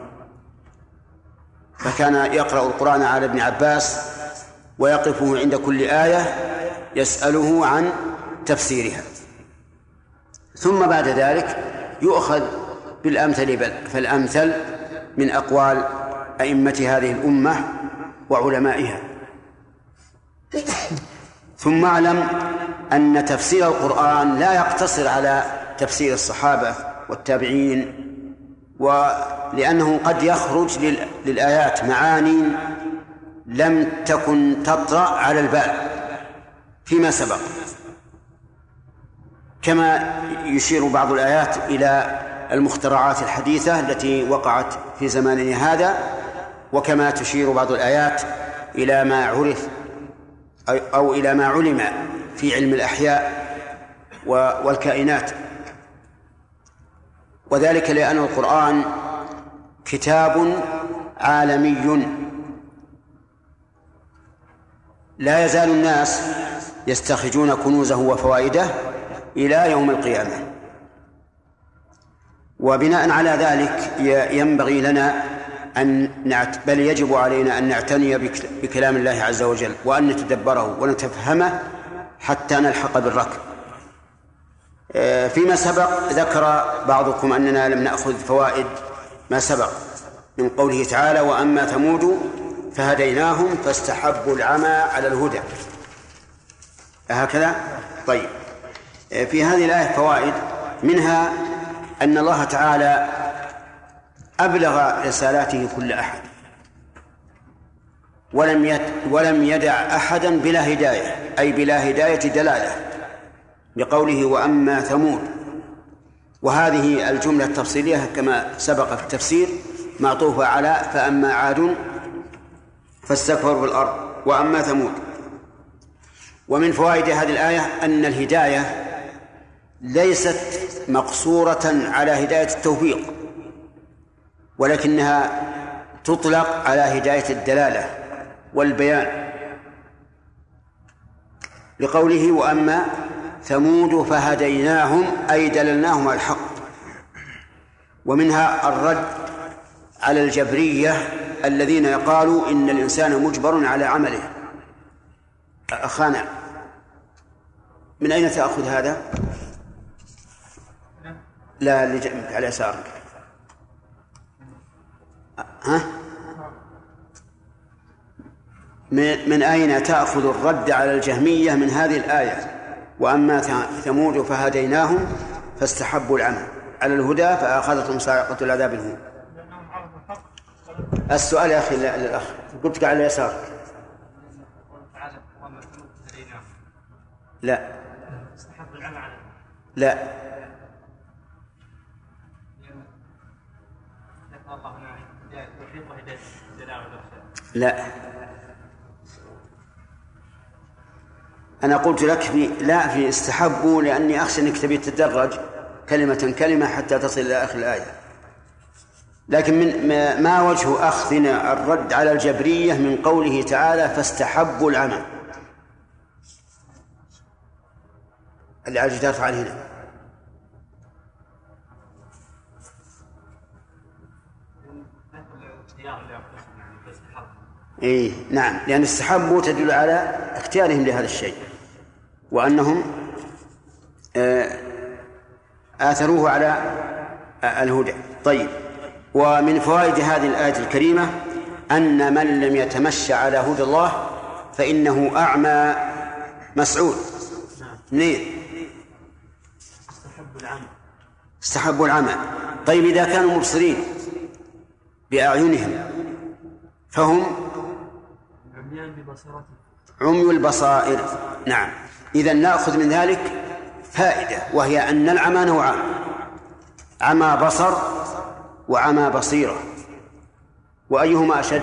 فكان يقرأ القرآن على ابن عباس ويقفه عند كل آية يسأله عن تفسيرها. ثم بعد ذلك يؤخذ بالأمثل فالأمثل من أقوال أئمة هذه الأمة وعلمائها. ثم اعلم أن تفسير القرآن لا يقتصر على تفسير الصحابة والتابعين، ولأنه قد يخرج للآيات معاني لم تكن تطرأ على البال فيما سبق، كما يشير بعض الآيات إلى المخترعات الحديثة التي وقعت في زماننا هذا، وكما تشير بعض الآيات إلى ما عرف أو إلى ما علم في علم الأحياء والكائنات. وذلك لأن القرآن كتاب عالمي، لا يزال الناس يستخرجون كنوزه وفوائده إلى يوم القيامة. وبناء على ذلك ينبغي لنا بل يجب علينا أن نعتني بكلام الله عز وجل، وأن نتدبره ونتفهمه حتى نلحق بالركب. فيما سبق ذكر بعضكم أننا لم نأخذ فوائد ما سبق من قوله تعالى: وأما ثمود فهديناهم فاستحبوا العمى على الهدى. هكذا. طيب، في هذه الآية فوائد، منها أن الله تعالى أبلغ رسالاته كل أحد، ولم يدع أحدا بلا هداية، أي بلا هداية دلالة، بقوله: وأما ثمود. وهذه الجملة التفصيلية كما سبق في التفسير معطوفة على فأما عاد فاستكبروا في الأرض وأما ثمود. ومن فوائد هذه الآية أن الهداية ليست مقصورة على هداية التوفيق، ولكنها تطلق على هداية الدلالة والبيان، لقوله: وأما ثمود فهديناهم، أي دللناهم على الحق. ومنها الرد على الجبرية الذين يقالوا إن الإنسان مجبر على عمله. أخانا، من أين تأخذ هذا؟ لا، اللي جنبك على يسارك. ها؟ من أين تأخذ الرد على الجهمية من هذه الآية: وأما ثمود فهديناهم فاستحبوا العمى على الهدى فأخذتهم صاعقة العذاب الهون؟ السؤال يا أخي للأخ، قلت على يسارك. لا لا لا، أنا قلت لك في استحبوا، لأني أخشى أنك تبي تتدرج كلمة كلمة حتى تصل إلى آخر الآية. لكن ما وجه أخذنا الرد على الجبرية من قوله تعالى فاستحبوا العمى؟ اللي عايز ترفع هنا. إيه نعم، لأن استحبوا تدل على اختيارهم لهذا الشيء وأنهم آثروه على الهدى. طيب، ومن فوائد هذه الآية الكريمة أن من لم يتمشى على هدى الله فإنه أعمى مسعود. منين؟ استحبوا العمى. طيب، إذا كانوا مبصرين بأعينهم فهم عمي البصائر. نعم، إذن نأخذ من ذلك فائدة، وهي أن العمى نوعان: عمى بصر وعمى بصيرة. وأيهما أشد؟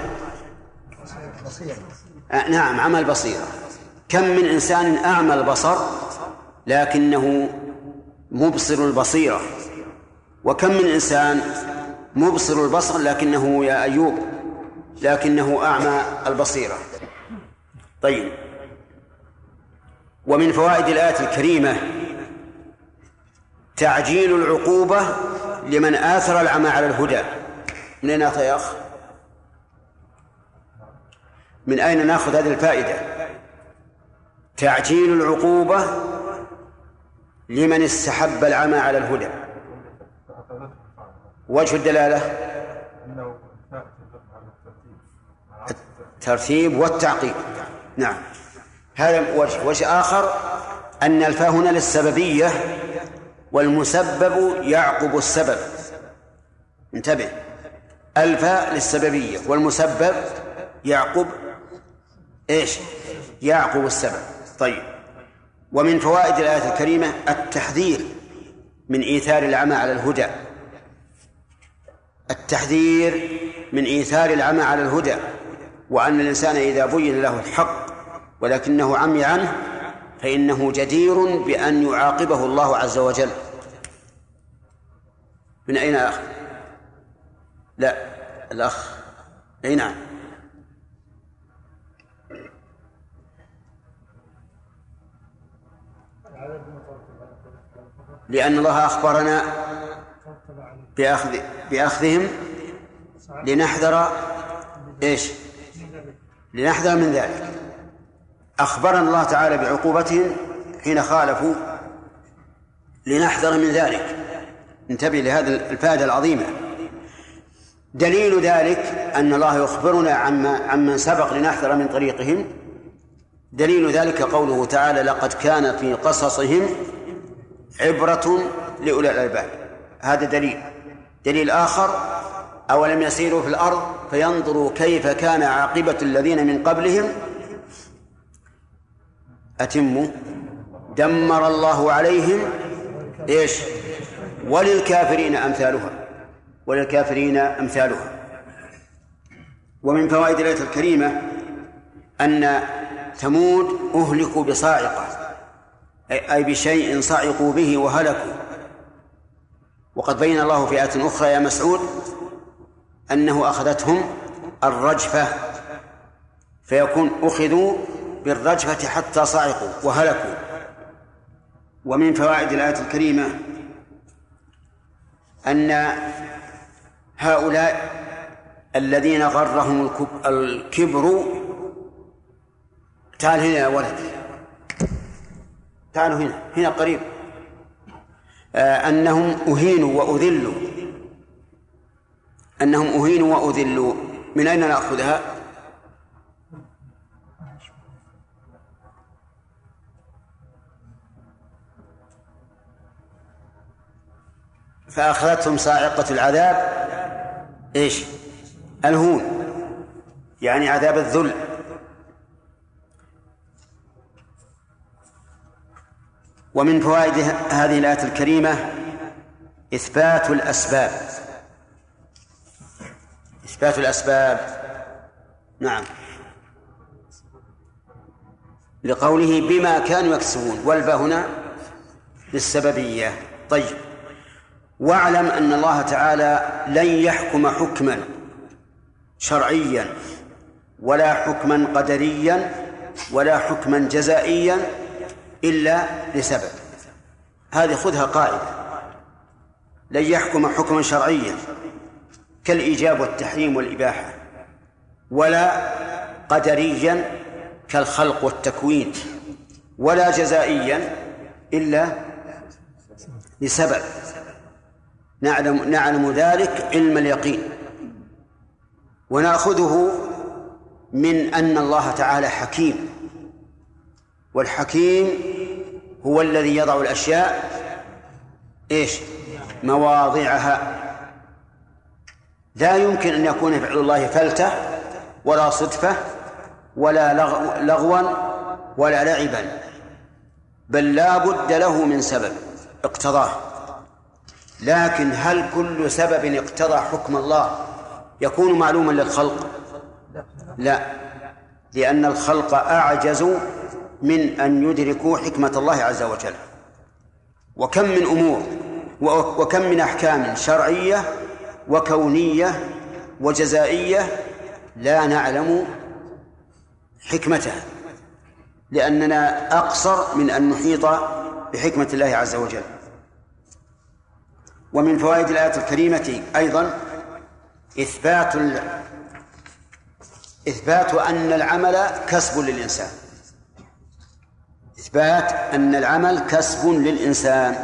نعم، عمى البصيرة. كم من إنسان أعمى البصر لكنه مبصر البصيرة، وكم من إنسان مبصر البصر لكنه يا أيوب لكنه أعمى البصيرة. طيب، ومن فوائد الآية الكريمة تعجيل العقوبة لمن آثر العمى على الهدى. من أين أتى يا أخ؟ من أين نأخذ هذه الفائدة؟ تعجيل العقوبة لمن استحب العمى على الهدى. وجه الدلالة الترتيب والتعقيب. نعم، هذا وجه آخر أن الفاء هنا للسببية، والمسبب يعقب السبب. انتبه، الفاء للسببية والمسبب يعقب إيش؟ يعقب السبب. طيب، ومن فوائد الآية الكريمة التحذير من إيثار العمى على الهدى. التحذير من إيثار العمى على الهدى، وأن الإنسان إذا بين له الحق ولكنه عمي عنه فإنه جدير بأن يعاقبه الله عز وجل. من أين أخ؟ لا، الأخ. أي نعم. لأن الله أخبرنا بأخذهم لنحذر إيش؟ لنحذر من ذلك. أخبرنا الله تعالى بعقوبتهم حين خالفوا لنحذر من ذلك. انتبه لهذا الفائدة العظيمة. دليل ذلك أن الله يخبرنا عمن سبق لنحذر من طريقهم. دليل ذلك قوله تعالى لقد كان في قصصهم عبرة لأولي الألباب. هذا دليل آخر: أولم يسيروا في الأرض فينظروا كيف كان عاقبة الذين من قبلهم أتموا دمر الله عليهم إيش وللكافرين أمثالها. ومن فوائد الآية الكريمة أن ثمود أهلكوا بصاعقة، أي بشيء صعقوا به وهلكوا. وقد بين الله في آية أخرى يا مسعود أنه أخذتهم الرجفة، فيكون أخذوا بالرجفة حتى صعقوا وهلكوا. ومن فوائد الآية الكريمة أن هؤلاء الذين غرهم الكبر، تعال هنا يا ولد، تعالوا هنا قريب، أنهم أهينوا وأذلوا. من أين نأخذها؟ فأخذتهم صاعقة العذاب إيش؟ الهون، يعني عذاب الذل. ومن فوائد هذه الآية الكريمة إثبات إثبات الأسباب. نعم، لقوله بما كانوا يكسبون، والباء هنا للسببية. طيب، واعلم أن الله تعالى لن يحكم حكما شرعيا ولا حكما قدريا ولا حكما جزائيا إلا لسبب. هذه خذها قاعدة. لن يحكم حكما شرعيا كالإيجاب والتحريم والإباحة، ولا قدريا كالخلق والتكوين، ولا جزائيا إلا لسبب. نعلم ذلك علم اليقين، ونأخذه من أن الله تعالى حكيم، والحكيم هو الذي يضع الأشياء مواضعها. لا يمكن أن يكون فعل الله فلتة ولا صدفة ولا لغوا ولا لعبا، بل لا بد له من سبب اقتضاه. لكن هل كل سبب اقتضى حكم الله يكون معلوما للخلق؟ لا، لأن الخلق أعجزوا من أن يدركوا حكمة الله عز وجل. وكم من أمور وكم من أحكام شرعية وكونية وجزائية لا نعلم حكمتها، لأننا أقصر من أن نحيط بحكمة الله عز وجل. ومن فوائد الآية الكريمة أيضا إثبات أن العمل كسب للإنسان، إثبات أن العمل كسب للإنسان.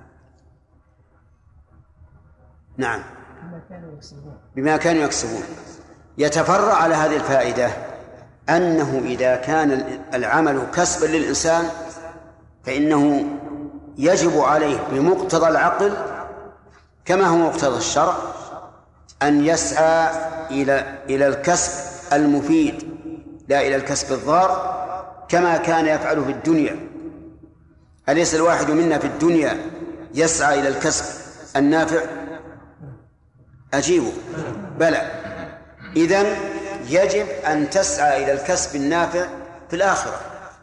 نعم، بما كانوا يكسبون. يتفرع على هذه الفائدة أنه إذا كان العمل كسبا للإنسان فإنه يجب عليه بمقتضى العقل كما هو مقتضى الشرع أن يسعى إلى الكسب المفيد لا إلى الكسب الضار، كما كان يفعله في الدنيا. أليس الواحد منا في الدنيا يسعى إلى الكسب النافع؟ أجيبه بلى. إذن يجب أن تسعى إلى الكسب النافع في الآخرة.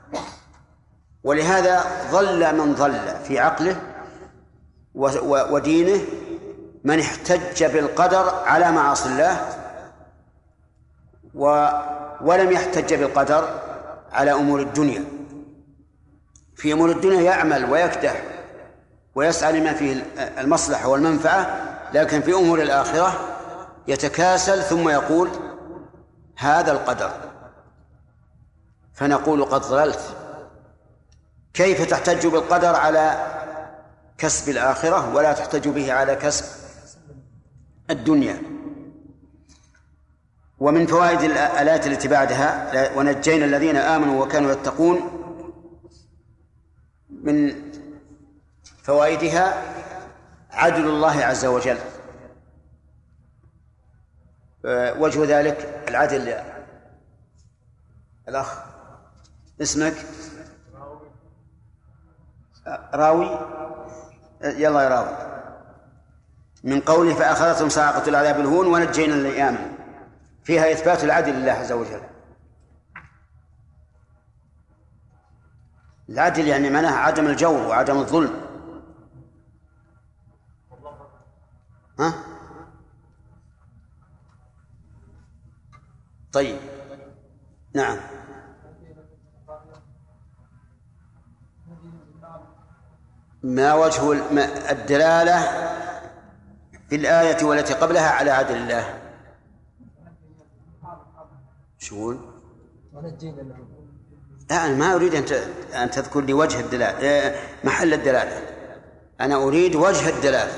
ولهذا ضل من ضل في عقله ودينه من احتج بالقدر على معاصي الله ولم يحتج بالقدر على أمور الدنيا. في أمور الدنيا يعمل ويكدح ويسعى لما فيه المصلحة والمنفعة، لكن في أمور الآخرة يتكاسل ثم يقول هذا القدر، فنقول قد ضللت. كيف تحتج بالقدر على كسب الآخرة ولا تحتج به على كسب الدنيا؟ ومن فوائد الآيات التي بعدها ونجينا الذين آمنوا وكانوا يتقون، من فوائدها عدل الله عز وجل. وجه ذلك العدل يا الأخ، اسمك؟ راوي. يلا يا راوي. من قوله فأخذتهم صاعقة العذاب الهون ونجينا الذين آمنوا، فيها إثبات العدل لله عز وجل. العدل يعني معناها عدم الجور وعدم الظلم. ها؟ طيب، نعم. ما وجه الدلالة في الآية والتي قبلها على عدل الله؟ شو؟ لا، أنا ما أريد أن تذكر لي وجه الدلالة، محل الدلالة. أنا أريد وجه الدلالة.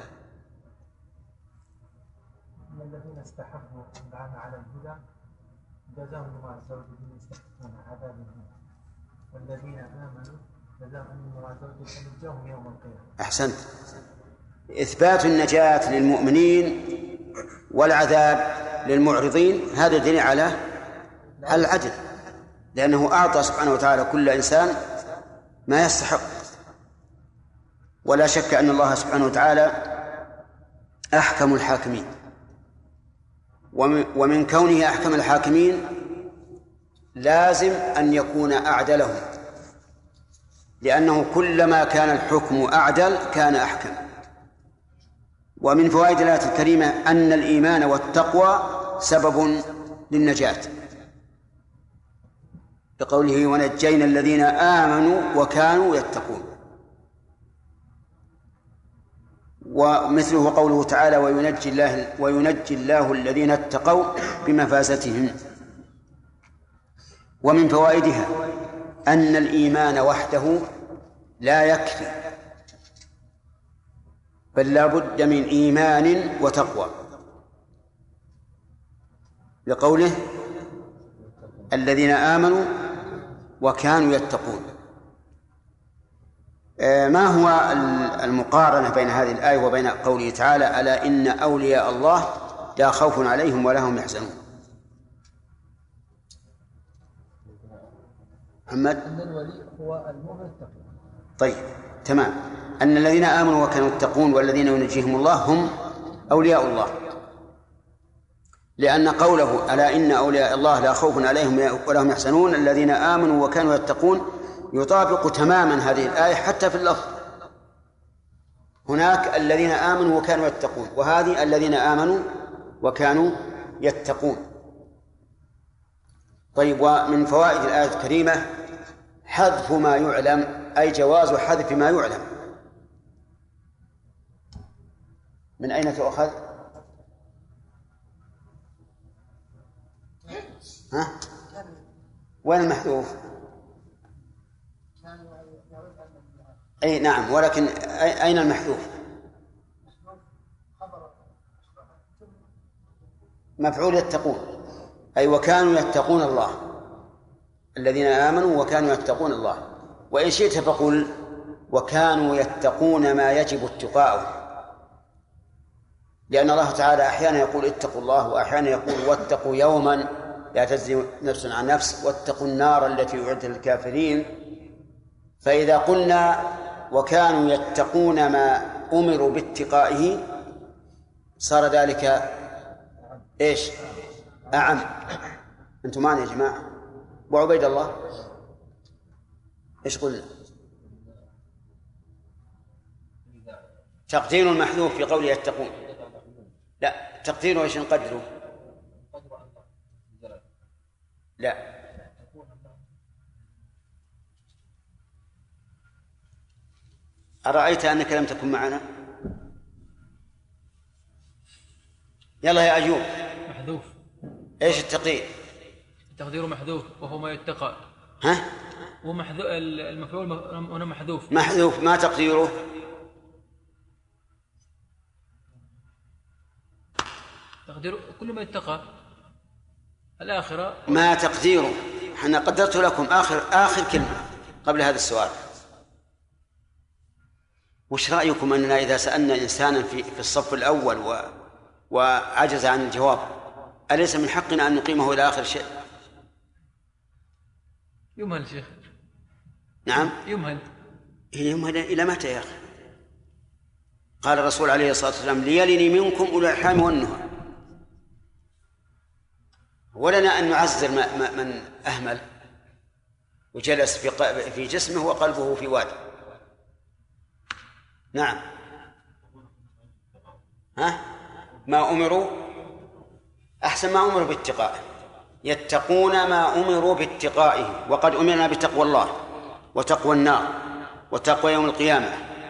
الذين استحقوا العمى على الهدى جزاهم الله عز وجل يستحقون عذاب الهدى، والذين آمنوا جزاهم الله عز وجل ينجاهم يوم القيامة. أحسنت. إثبات النجاة للمؤمنين والعذاب للمعرضين هذا دليل على العدل، لأنه أعطى سبحانه وتعالى كل إنسان ما يستحق. ولا شك أن الله سبحانه وتعالى أحكم الحاكمين ومن كونه أحكم الحاكمين لازم أن يكون أعدلهم، لأنه كلما كان الحكم أعدل كان أحكم. ومن فوائد الآية الكريمة أن الإيمان والتقوى سبب للنجاة، بقوله ونجينا الذين آمنوا وكانوا يتقون. ومثله قوله تعالى وينجي الله الذين اتقوا بمفازتهم. ومن فوائدها أن الإيمان وحده لا يكفي، بل لا بد من إيمان وتقوى، لقوله الذين آمنوا وكانوا يتقون. ما هو المقارنة بين هذه الآية وبين قوله تعالى ألا إن أولياء الله لا خوف عليهم ولا هم يحزنون؟ محمد. أن الولي هو المؤمن التقي. طيب تمام. أن الذين آمنوا وكانوا يتقون والذين ينجيهم الله هم أولياء الله، لأن قوله ألا إن أولياء الله لا خوف عليهم ولا هم يحزنون الذين آمنوا وكانوا يتقون يطابق تماما هذه الآية حتى في اللفظ. هناك الذين آمنوا وكانوا يتقون، وهذه الذين آمنوا وكانوا يتقون. طيب، ومن فوائد الآية الكريمة حذف ما يعلم، أي جواز حذف ما يعلم. من أين تؤخذ؟ ها؟ وين المحذوف؟ أي نعم، ولكن أين المحذوف؟ مفعول يتقون، أي وكانوا يتقون الله، الذين آمنوا وكانوا يتقون الله. وإن شئت فقل وكانوا يتقون ما يجب اتقاؤه، لأن الله تعالى أحيانا يقول اتقوا الله، وأحيانا يقول واتقوا يوما لا تجزي نفس عن نفس، واتقوا النار التي أعدت للكافرين. فإذا قلنا وكانوا يتقون ما أمروا باتقائه صار ذلك إيش؟ أعم. أنتم معنا يا جماعة؟ وعبيد الله إيش قلنا؟ تقدير المحذوف في قوله يتقون، لا تقديره إيش نقدره؟ لا، أرأيت أنك لم تكن معنا؟ يلا يا أيوب. محذوف. إيش التقدير؟ تقديره محذوف وهو ما يتقى. ها؟ ومحذوف المفعول هنا محذوف. محذوف، ما تقديره؟ تقديره كل ما يتقى. الآخرة ما تقديره؟ حنا قدرت لكم آخر كلمة قبل هذا السؤال. وش رأيكم أننا إذا سألنا إنسانا في الصف الأول وعجز عن الجواب أليس من حقنا أن نقيمه إلى آخر شيء؟ يمهل شيخ. نعم يمهل. إلى متى يا أخي؟ قال الرسول عليه الصلاة والسلام ليلني منكم أولو الأرحام والنهى. ولنا أن نعزر من أهمل وجلس في جسمه وقلبه في وادي. نعم. ها؟ ما أمروا أحسن، ما أمروا باتقائه، يتقون ما أمروا باتقائه، وقد أمرنا بتقوى الله وتقوى النار وتقوى يوم القيامة.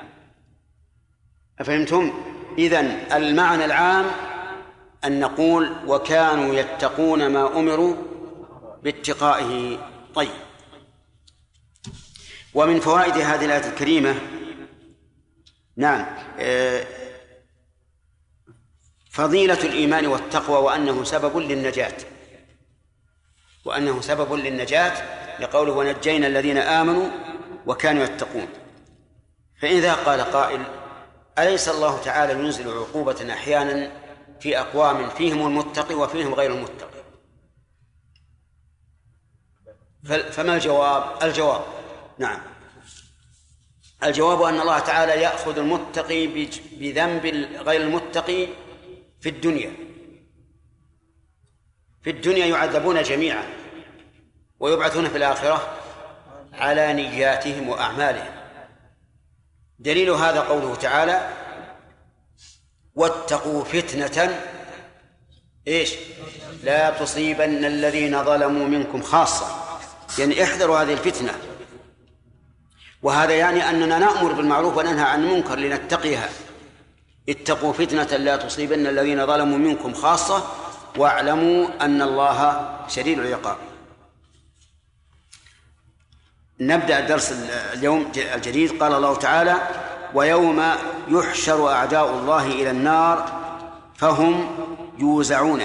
أفهمتم؟ إذن المعنى العام أن نقول وكانوا يتقون ما أمروا باتقائه. طيب، ومن فوائد هذه الآية الكريمة نعم فضيلة الإيمان والتقوى، وأنه سبب للنجاة، لقوله ونجينا الذين آمنوا وكانوا يتقون. فإذا قال قائل أليس الله تعالى ينزل عقوبة أحيانا في أقوام فيهم المتقي وفيهم غير المتقي؟ فما الجواب؟ نعم، الجواب أن الله تعالى يأخذ المتقي بذنب غير المتقي في الدنيا، في الدنيا يعذبون جميعا ويبعثون في الآخرة على نياتهم وأعمالهم. دليل هذا قوله تعالى: واتقوا فتنة لا تصيبن الذين ظلموا منكم خاصة، يعني احذروا هذه الفتنة. وهذا يعني أننا نأمر بالمعروف وننهى عن المنكر لنتقيها. اتقوا فتنة لا تصيبن الذين ظلموا منكم خاصة واعلموا أن الله شديد العقاب. نبدأ الدرس اليوم الجديد. قال الله تعالى: ويوم يحشر أعداء الله إلى النار فهم يوزعون.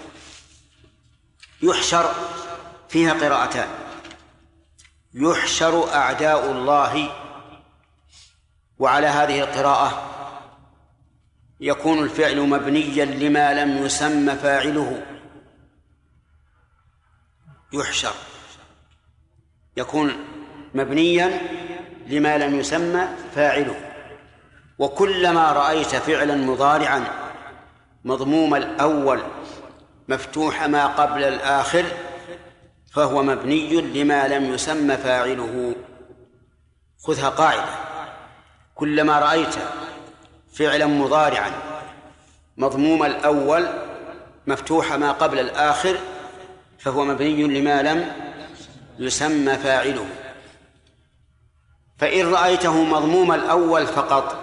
يحشر فيها قراءتان: يحشر أعداء الله، وعلى هذه القراءة يكون الفعل مبنيا لما لم يسمى فاعله. يحشر يكون مبنيا لما لم يسمى فاعله. وكلما رأيت فعلا مضارعا مضموم الأول مفتوح ما قبل الآخر فهو مبني لما لم يسمى فاعله. خذها قاعدة: كلما رأيت فعلا مضارعا مضموم الأول مفتوح ما قبل الآخر فهو مبني لما لم يسمى فاعله. فإن رأيته مضموم الأول فقط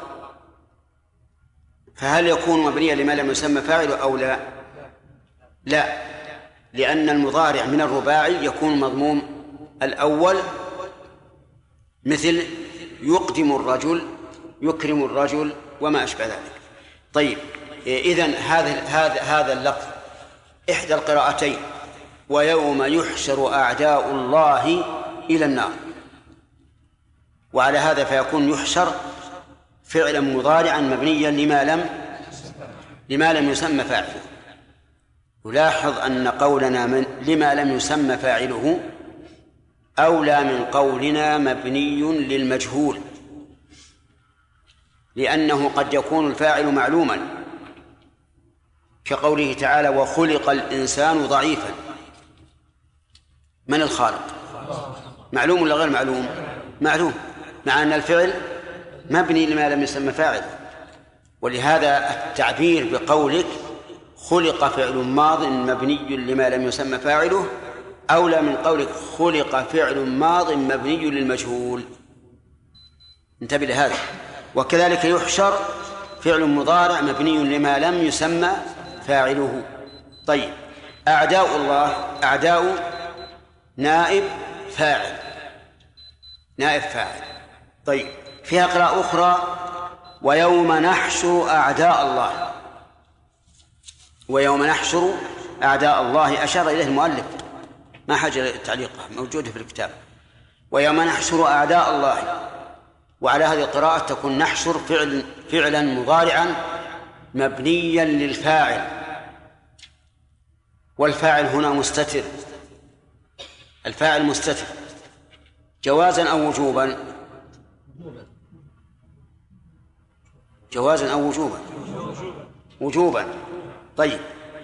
فهل يكون مبنيا لما لم يسمى فاعله أو لا؟ لا، لأن المضارع من الرباعي يكون مضموم الأول، مثل يقدم الرجل، يكرم الرجل، وما أشبه ذلك. طيب، إذن هذا اللفظ إحدى القراءتين: ويوم يحشر أعداء الله إلى النار. وعلى هذا فيكون يحشر فعلا مضارعا مبنيا لما لم يسمى فاعله. يلاحظ أن قولنا لما لم يسمى فاعله أولى من قولنا مبني للمجهول، لأنه قد يكون الفاعل معلوما، كقوله تعالى: وخلق الإنسان ضعيفا. من الخالق؟ معلوم ولا غير معلوم؟ معلوم، مع أن الفعل مبني لما لم يسمى فاعل. ولهذا التعبير بقولك خلق فعل ماض مبني لما لم يسمى فاعله أولى من قولك خلق فعل ماض مبني للمجهول. انتبه لهذا. وكذلك يحشر فعل مضارع مبني لما لم يسمى فاعله. طيب، أعداء الله، أعداء نائب فاعل، نائب فاعل. طيب، فيها قراءة أخرى: ويوم نحشر أعداء الله. ويوم نحشر أعداء الله أشار إليه المؤلف، ما حاجة للتعليق، موجودة في الكتاب. ويوم نحشر أعداء الله. وعلى هذه القراءة تكون نحشر فعلا مضارعا مبنيا للفاعل، والفاعل هنا مستتر. الفاعل مستتر جوازا أو وجوبا؟ جوازا أو وجوبا؟ وجوبا. طيب،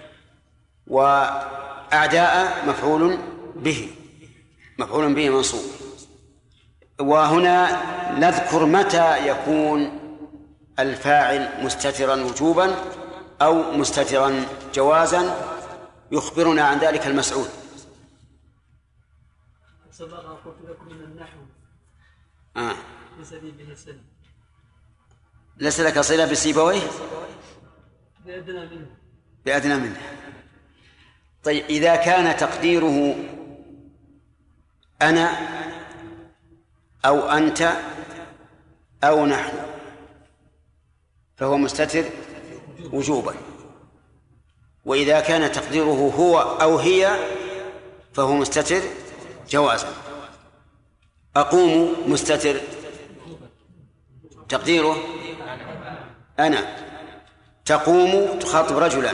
وأعداء مفعول به منصوب. وهنا نذكر متى يكون الفاعل مستترا وجوبا أو مستترا جوازا. يخبرنا عن ذلك المسعود. سبق قلت لكم من النحو ليس لي به صلة. ليس لك صلة بسيبويه؟ بأدنى منه. طيب، إذا كان تقديره أنا أو أنت أو نحن فهو مستتر وجوبا، وإذا كان تقديره هو أو هي فهو مستتر جوازا. أقوم مستتر تقديره أنا، تقوم تخاطب رجلا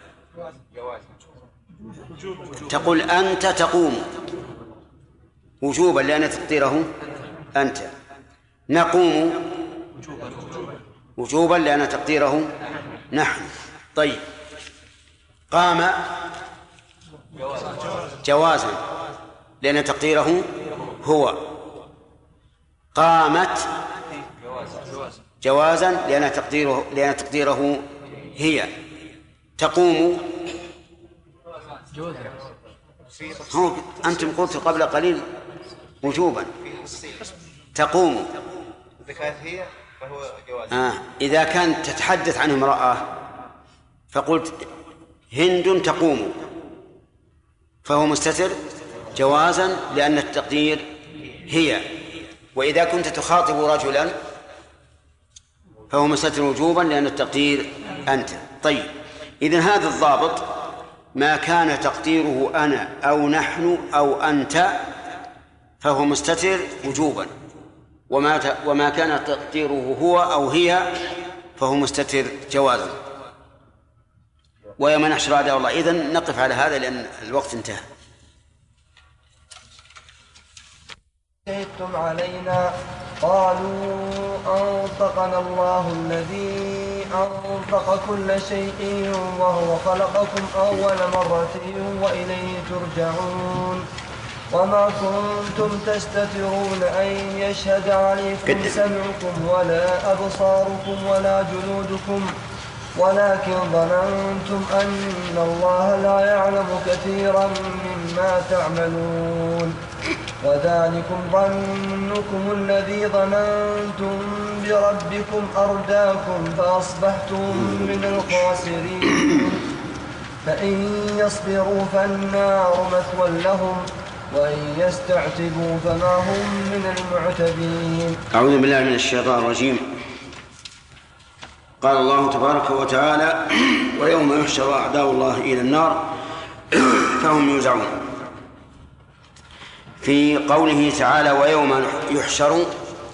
تقول أنت تقوم وجوبا لأن تقديره أنت. نقوم وجوبا لأن تقديره نحن. طيب، قام جوازا لأن تقديره هو. قامت جوازا لأن تقديره هي. تقوم هو أنتم قلت قبل قليل وجوبا. تقوم إذا كانت هي فهو جواز. إذا كانت تتحدث عن امرأة فقلت هند تقوم فهو مستتر جوازا لأن التقدير هي. وإذا كنت تخاطب رجلا فهو مستتر وجوبا لأن التقدير أنت. طيب، إذن هذا الضابط ما كان تقديره أنا أو نحن أو أنت فهو مستتر وجوبا، وما كان تقديره هو أو هي فهو مستتر جوازا. ويوم نحشر أعداء الله. إذن نقف على هذا لأن الوقت انتهى. شهدتم علينا قالوا أنطقنا الله الذي أنطق كل شيء وهو خلقكم أول مرة وإليه ترجعون وما كنتم تستترون أن يشهد عليكم سمعكم ولا أبصاركم ولا جلودكم ولكن ظننتم أن الله لا يعلم كثيرا مما تعملون وذلكم ظنكم الذي ظننتم بربكم أرداكم فأصبحتم من الخاسرين فإن يصبروا فالنار مثوى لهم وإن يستعتبوا فما هم من المعتبين. أعوذ بالله من الشيطان الرجيم. قال الله تبارك وتعالى ويوم يحشر أعداء الله إلى النار فهم يوزعون. في قوله تعالى ويوم يحشر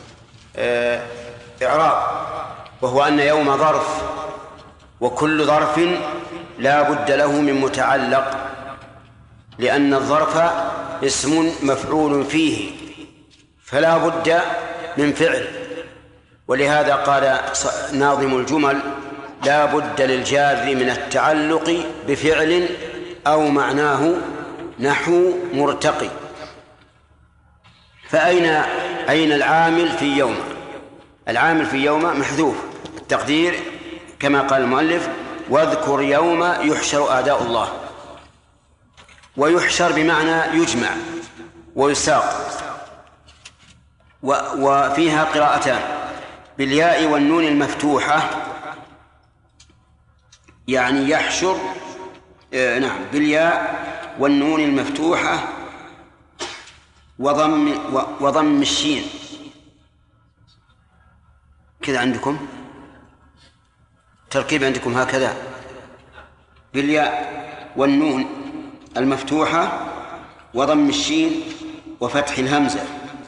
إعراب، وهو أن يوم ظرف، وكل ظرف لا بد له من متعلق، لأن الظرف اسم مفعول فيه فلا بد من فعل. ولهذا قال ناظم الجمل لا بد للجار من التعلق بفعل أو معناه نحو مرتقي. فأين العامل في يوم؟ العامل في يوم محذوف التقدير كما قال المؤلف واذكر يوم يحشر أعداء الله. ويحشر بمعنى يجمع ويساق. وفيها قراءتان بالياء والنون المفتوحة، يعني يحشر نعم بالياء والنون المفتوحة وضم الشين. كذا عندكم تركيب عندكم هكذا بالياء والنون المفتوحة وضم الشين وفتح الهمزة.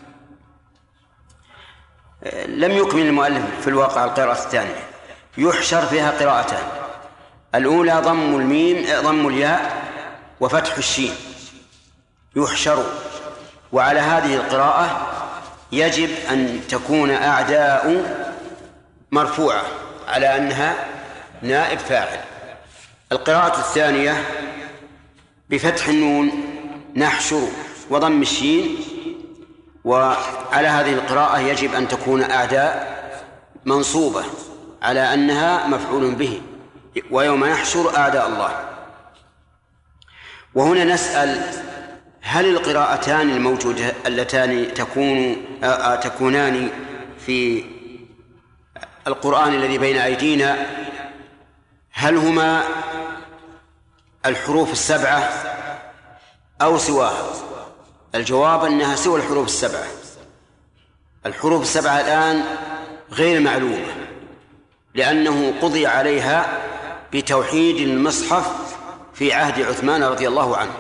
لم يكمل المؤلف في الواقع القراءة الثانية. يحشر فيها قراءتان، الأولى ضم الياء وفتح الشين يحشر. وعلى هذه القراءة يجب أن تكون أعداء مرفوعة على أنها نائب فاعل. القراءة الثانية بفتح النون نحشر وضم الشين، وعلى هذه القراءة يجب أن تكون أعداء منصوبة على أنها مفعول به ويوم يحشر أعداء الله. وهنا نسأل هل القراءتان الموجودة اللتان تكونان في القرآن الذي بين أيدينا هل هما الحروف السبعة أو سواها؟ الجواب أنها سوى الحروف السبعة. الحروف السبعة الآن غير معلومة لأنه قضي عليها بتوحيد المصحف في عهد عثمان رضي الله عنه.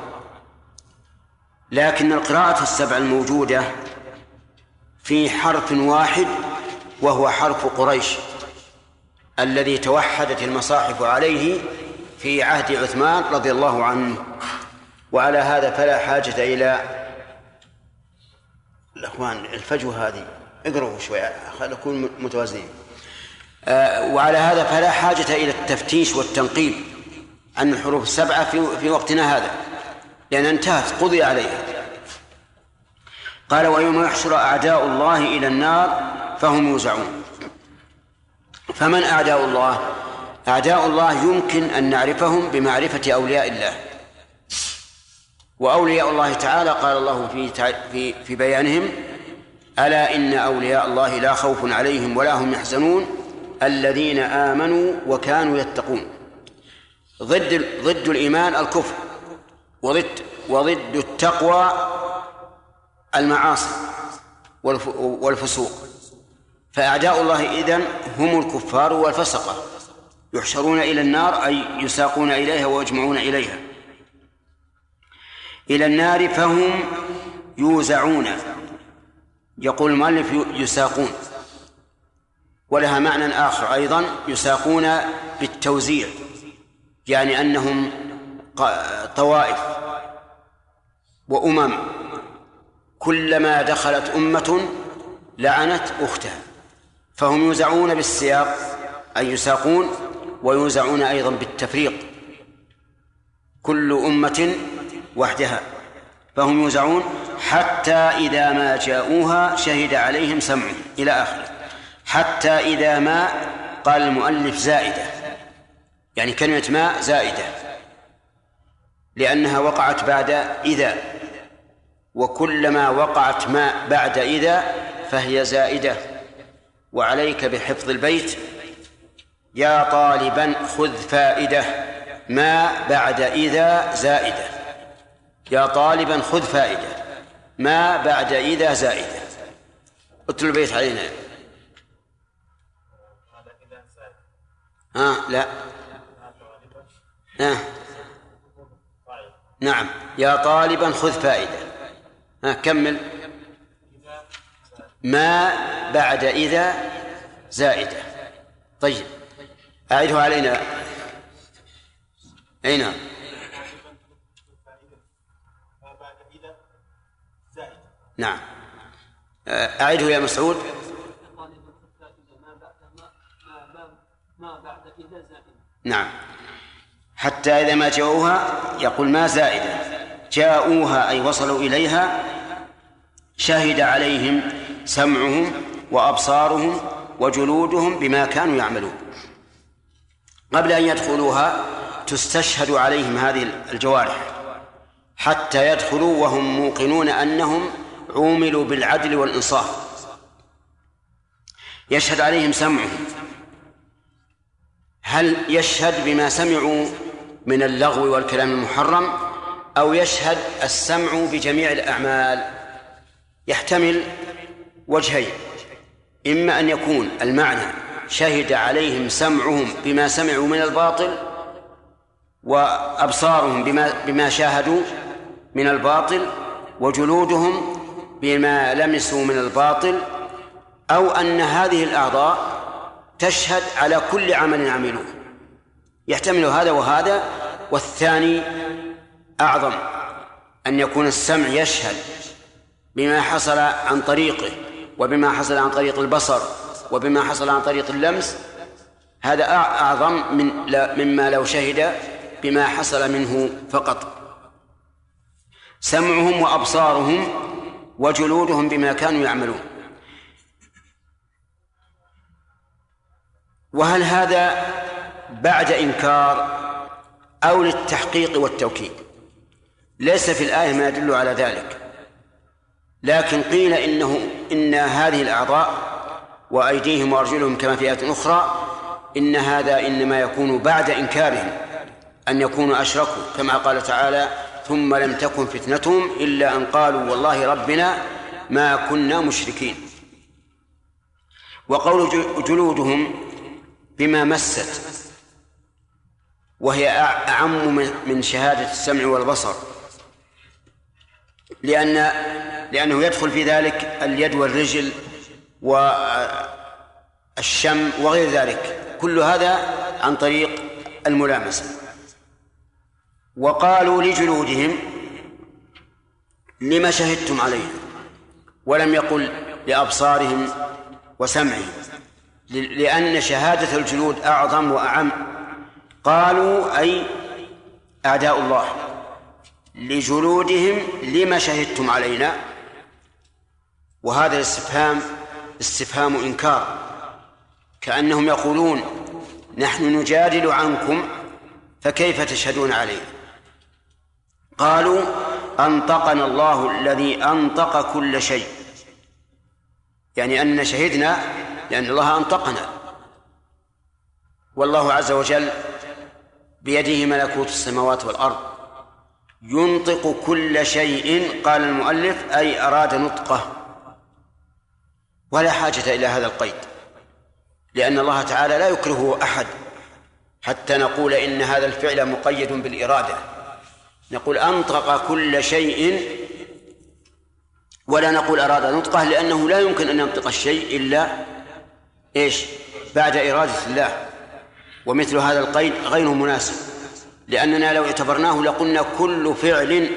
لكن القراءة السبع الموجودة في حرف واحد وهو حرف قريش الذي توحدت المصاحف عليه في عهد عثمان رضي الله عنه. وعلى هذا فلا حاجة إلى الأخوان الفجوة هذه اقرأوا شوية خلينا نكون متوازنين. وعلى هذا فلا حاجة إلى التفتيش والتنقيب عن الحروف السبعة في وقتنا هذا، لأن انتهت قضي عليها. قال ويوم يحشر أعداء الله إلى النار فهم يوزعون. فمن أعداء الله؟ أعداء الله يمكن أن نعرفهم بمعرفة أولياء الله. وأولياء الله تعالى قال الله في بيانهم ألا إن أولياء الله لا خوف عليهم ولا هم يحزنون الذين آمنوا وكانوا يتقون. ضد الإيمان الكفر، وضد التقوى المعاصي والفسوق. فأعداء الله إذن هم الكفار والفسقة، يحشرون إلى النار أي يساقون إليها ويجمعون إليها إلى النار فهم يوزعون. يقول المؤلف يساقون، ولها معنى آخر أيضا، يساقون بالتوزيع، يعني أنهم طوائف وأمم، كلما دخلت أمة لعنت أختها، فهم يوزعون بالسياق أي يساقون، ويوزعون أيضا بالتفريق، كل أمة وحدها، فهم يوزعون حتى إذا ما جاءوها شهد عليهم سمعهم إلى آخره. حتى إذا ما، قال المؤلف زائدة، يعني كلمة ما زائدة لأنها وقعت بعد إذا، وكلما وقعت ما بعد إذا فهي زائدة. وعليك بحفظ البيت: يا طالبا خذ فائدة، ما بعد إذا زائدة. يا طالبا خذ فائدة، ما بعد إذا زائدة. اتل البيت علينا. لا نعم، يا طالبا خذ فائدة. كمل. ما بعد إذا زائدة. طيب أعيده علينا. أين؟ نعم أعيده يا مسعود. نعم، حتى إذا ما جاءوها، يقول ما زائدة، جاءوها أي وصلوا إليها، شهد عليهم سمعهم وأبصارهم وجلودهم بما كانوا يعملون. قبل أن يدخلوها تستشهد عليهم هذه الجوارح حتى يدخلوا وهم موقنون أنهم عوملوا بالعدل والإنصاف. يشهد عليهم سمعهم، هل يشهد بما سمعوا من اللغو والكلام المحرم، أو يشهد السمع بجميع الأعمال؟ يحتمل وجهين: إما أن يكون المعنى شهد عليهم سمعهم بما سمعوا من الباطل، وأبصارهم بما شاهدوا من الباطل، وجلودهم بما لمسوا من الباطل، أو أن هذه الأعضاء تشهد على كل عمل عملوه. يحتمل هذا وهذا، والثاني أعظم، أن يكون السمع يشهد بما حصل عن طريقه، وبما حصل عن طريق البصر، وبما حصل عن طريق اللمس. هذا أعظم مما لو شهد بما حصل منه فقط. سمعهم وأبصارهم وجلودهم بما كانوا يعملون. وهل هذا بعد إنكار أو للتحقيق والتوكيد؟ ليس في الآية ما يدل على ذلك، لكن قيل إن هذه الأعضاء وأيديهم وأرجلهم كما في آية أخرى، إن هذا إنما يكون بعد إنكارهم، أن يكونوا أشركوا، كما قال تعالى: ثم لم تكن فتنتهم إلا أن قالوا والله ربنا ما كنا مشركين. وقول جلودهم بما مست، وهي أعم من شهادة السمع والبصر، لأنه يدخل في ذلك اليد والرجل والشم وغير ذلك، كل هذا عن طريق الملامسة. وقالوا لجلودهم لما شهدتم عليهم، ولم يقل لأبصارهم وسمعهم، لأن شهادة الجلود أعظم وأعم. قالوا أي أعداء الله، لجلودهم لما شهدتم علينا. وهذا الاستفهام استفهام إنكار، كأنهم يقولون نحن نجادل عنكم فكيف تشهدون عليه. قالوا أنطقنا الله الذي أنطق كل شيء، يعني أننا شهدنا لأن الله أنطقنا، والله عز وجل بيده ملكوت السماوات والأرض ينطق كل شيء. قال المؤلف أي أراد نطقه، ولا حاجة إلى هذا القيد، لأن الله تعالى لا يكرهه أحد حتى نقول إن هذا الفعل مقيد بالإرادة. نقول أنطق كل شيء ولا نقول أراد نطقه، لأنه لا يمكن أن ينطق الشيء إلا بعد إرادة الله. ومثل هذا القيد غير مناسب، لأننا لو اعتبرناه لقلنا كل فعل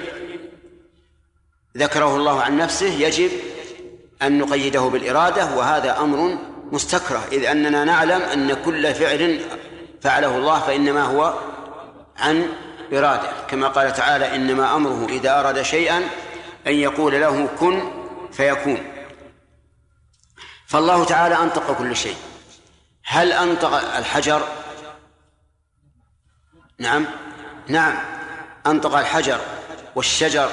ذكره الله عن نفسه يجب أن نقيده بالإرادة، وهذا أمر مستكره، إذ أننا نعلم أن كل فعل فعله الله فإنما هو عن إرادة، كما قال تعالى إنما أمره إذا أراد شيئا أن يقول له كن فيكون. فالله تعالى أنطق كل شيء. هل أنطق الحجر؟ نعم أنطق الحجر والشجر،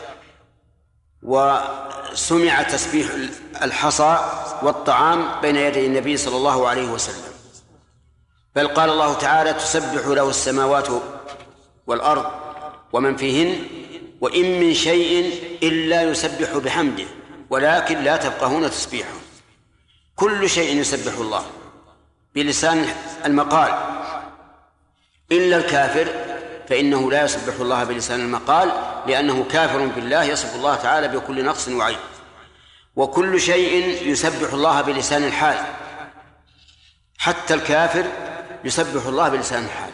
وسمع تسبيح الحصى والطعام بين يدي النبي صلى الله عليه وسلم. بل قال الله تعالى تسبح له السماوات والأرض ومن فيهن وإن من شيء إلا يسبح بحمده ولكن لا تفقهون تسبيحه. كل شيء يسبح الله بلسان المقال إلا الكافر، فإنه لا يسبح الله بلسان المقال، لأنه كافر بالله يصف الله تعالى بكل نقص وعيب. وكل شيء يسبح الله بلسان الحال، حتى الكافر يسبح الله بلسان الحال.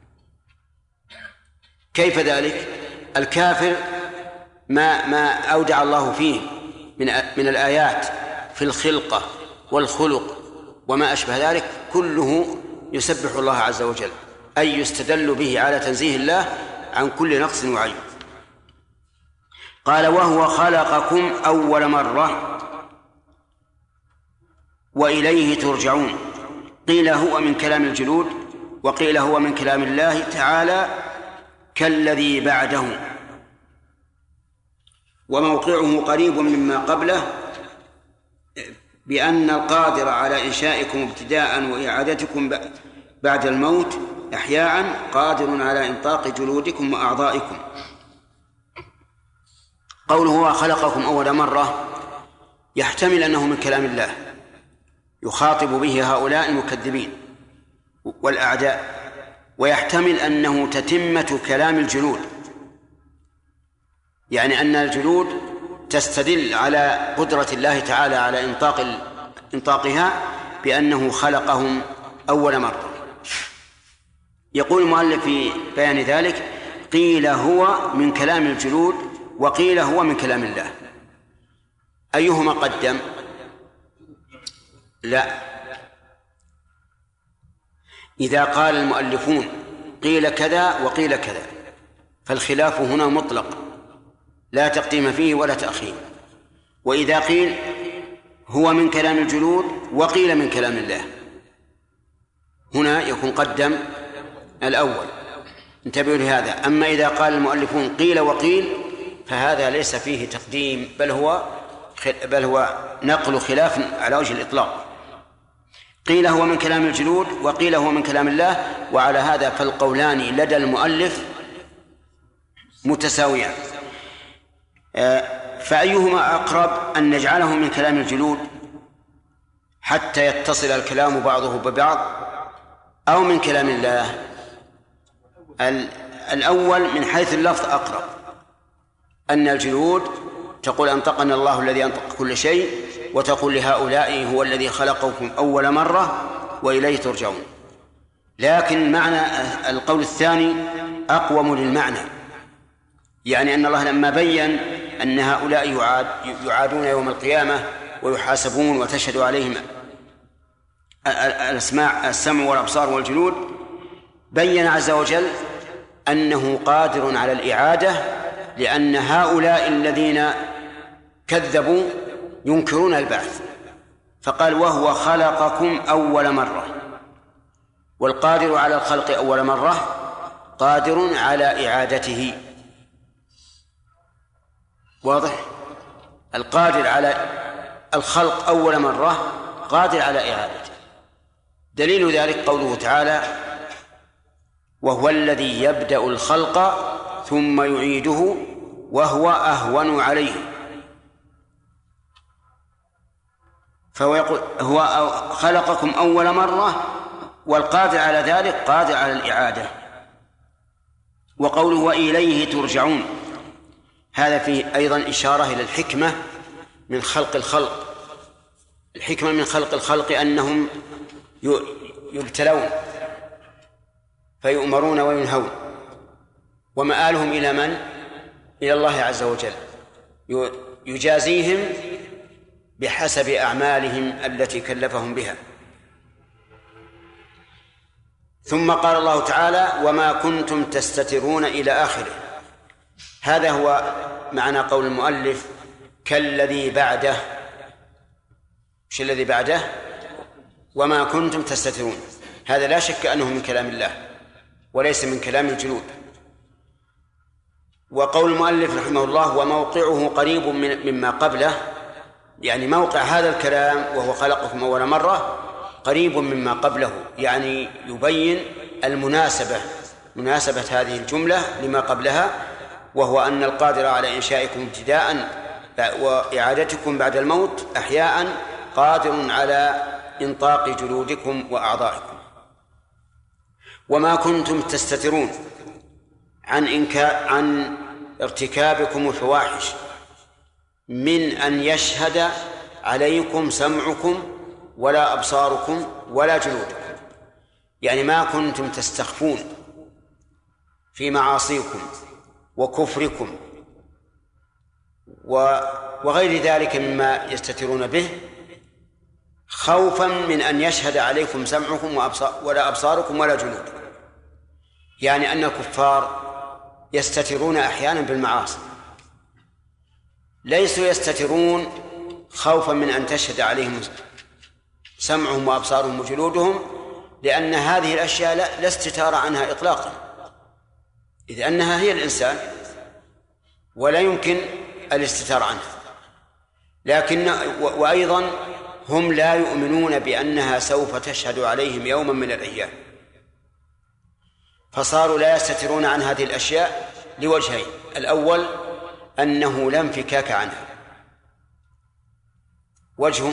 كيف ذلك؟ الكافر ما أودع الله فيه من الآيات في الخلقة والخلق وما أشبه ذلك كله يسبح الله عز وجل، أي يستدل به على تنزيه الله عن كل نقص وعيب. قال وهو خلقكم أول مرة وإليه ترجعون. قيل هو من كلام الجلود، وقيل هو من كلام الله تعالى كالذي بعده، وموقعه قريب مما قبله، بأن القادر على إنشائكم ابتداء وإعادتكم بعد الموت إحياء قادر على إنطاق جلودكم وأعضائكم. قوله هو خلقكم أول مرة يحتمل أنه من كلام الله يخاطب به هؤلاء المكذبين والأعداء، ويحتمل أنه تتمة كلام الجلود، يعني أن الجلود تستدل على قدرة الله تعالى على إنطاقها بأنه خلقهم أول مرة. يقول المؤلف في بيان ذلك قيل هو من كلام الجلود وقيل هو من كلام الله. أيهما قدم؟ لا، إذا قال المؤلفون قيل كذا وقيل كذا فالخلاف هنا مطلق لا تقديم فيه ولا تأخير. وإذا قيل هو من كلام الجلود وقيل من كلام الله هنا يكون قدم الأول، انتبهوا لهذا. أما إذا قال المؤلفون قيل وقيل فهذا ليس فيه تقديم، بل هو نقل خلاف على وجه الإطلاق. قيل هو من كلام الجلود وقيل هو من كلام الله، وعلى هذا فالقولان لدى المؤلف متساويان. فأيهما أقرب أن نجعله من كلام الجلود حتى يتصل الكلام بعضه ببعض، أو من كلام الله؟ الأول من حيث اللفظ أقرب، أن الجلود تقول أنطقنا الله الذي أنطق كل شيء، وتقول لهؤلاء هو الذي خلقكم أول مرة وإليه ترجعون. لكن معنى القول الثاني أقوم للمعنى، يعني أن الله لما بين أن هؤلاء يعادون يوم القيامة ويحاسبون وتشهد عليهم السمع والأبصار والجلود، بين عز وجل أنه قادر على الإعادة لأن هؤلاء الذين كذبوا ينكرون البعث، فقال وهو خلقكم أول مرة، والقادر على الخلق أول مرة قادر على إعادته. واضح؟ القادر على الخلق أول مرة قادر على إعادته. دليل ذلك قوله تعالى وهو الذي يبدأ الخلق ثم يعيده وهو أهون عليه. فهو يقول هو خلقكم أول مرة، والقادر على ذلك قادر على الإعادة. وقوله وإليه ترجعون، هذا فيه أيضا إشارة إلى الحكمة من خلق الخلق. الحكمة من خلق الخلق أنهم يبتلون فيؤمرون وينهون، ومآلهم إلى من؟ إلى الله عز وجل، يجازيهم بحسب أعمالهم التي كلفهم بها. ثم قال الله تعالى وما كنتم تستترون إلى آخره. هذا هو معنى قول المؤلف كالذي بعده. مش الذي بعده وما كنتم تستترون، هذا لا شك أنه من كلام الله وليس من كلام الجلود. وقول المؤلف رحمه الله وموقعه قريب مما قبله، يعني موقع هذا الكلام وهو خلقكم أول مرة قريب مما قبله، يعني يبين مناسبة هذه الجملة لما قبلها، وهو أن القادر على إنشائكم ابتداء وإعادتكم بعد الموت أحياء قادر على إنطاق جلودكم وأعضائكم. وما كنتم تستترون عن ارتكابكم الفواحش من أن يشهد عليكم سمعكم ولا أبصاركم ولا جلودكم، يعني ما كنتم تستخفون في معاصيكم وكفركم وغير ذلك مما يستترون به خوفا من أن يشهد عليكم سمعكم ولا أبصاركم ولا جلودكم. يعني أن الكفار يستترون أحيانا بالمعاصي، ليسوا يستترون خوفا من أن تشهد عليهم سمعهم وأبصارهم وجلودهم، لأن هذه الأشياء لا استتار عنها إطلاقا، إذ أنها هي الإنسان ولا يمكن الاستتار عنها. لكن وأيضا هم لا يؤمنون بأنها سوف تشهد عليهم يوما من الأيام، فصاروا لا يستترون عن هذه الأشياء لوجهين: الأول أنه لا انفكاك عنها، وجهه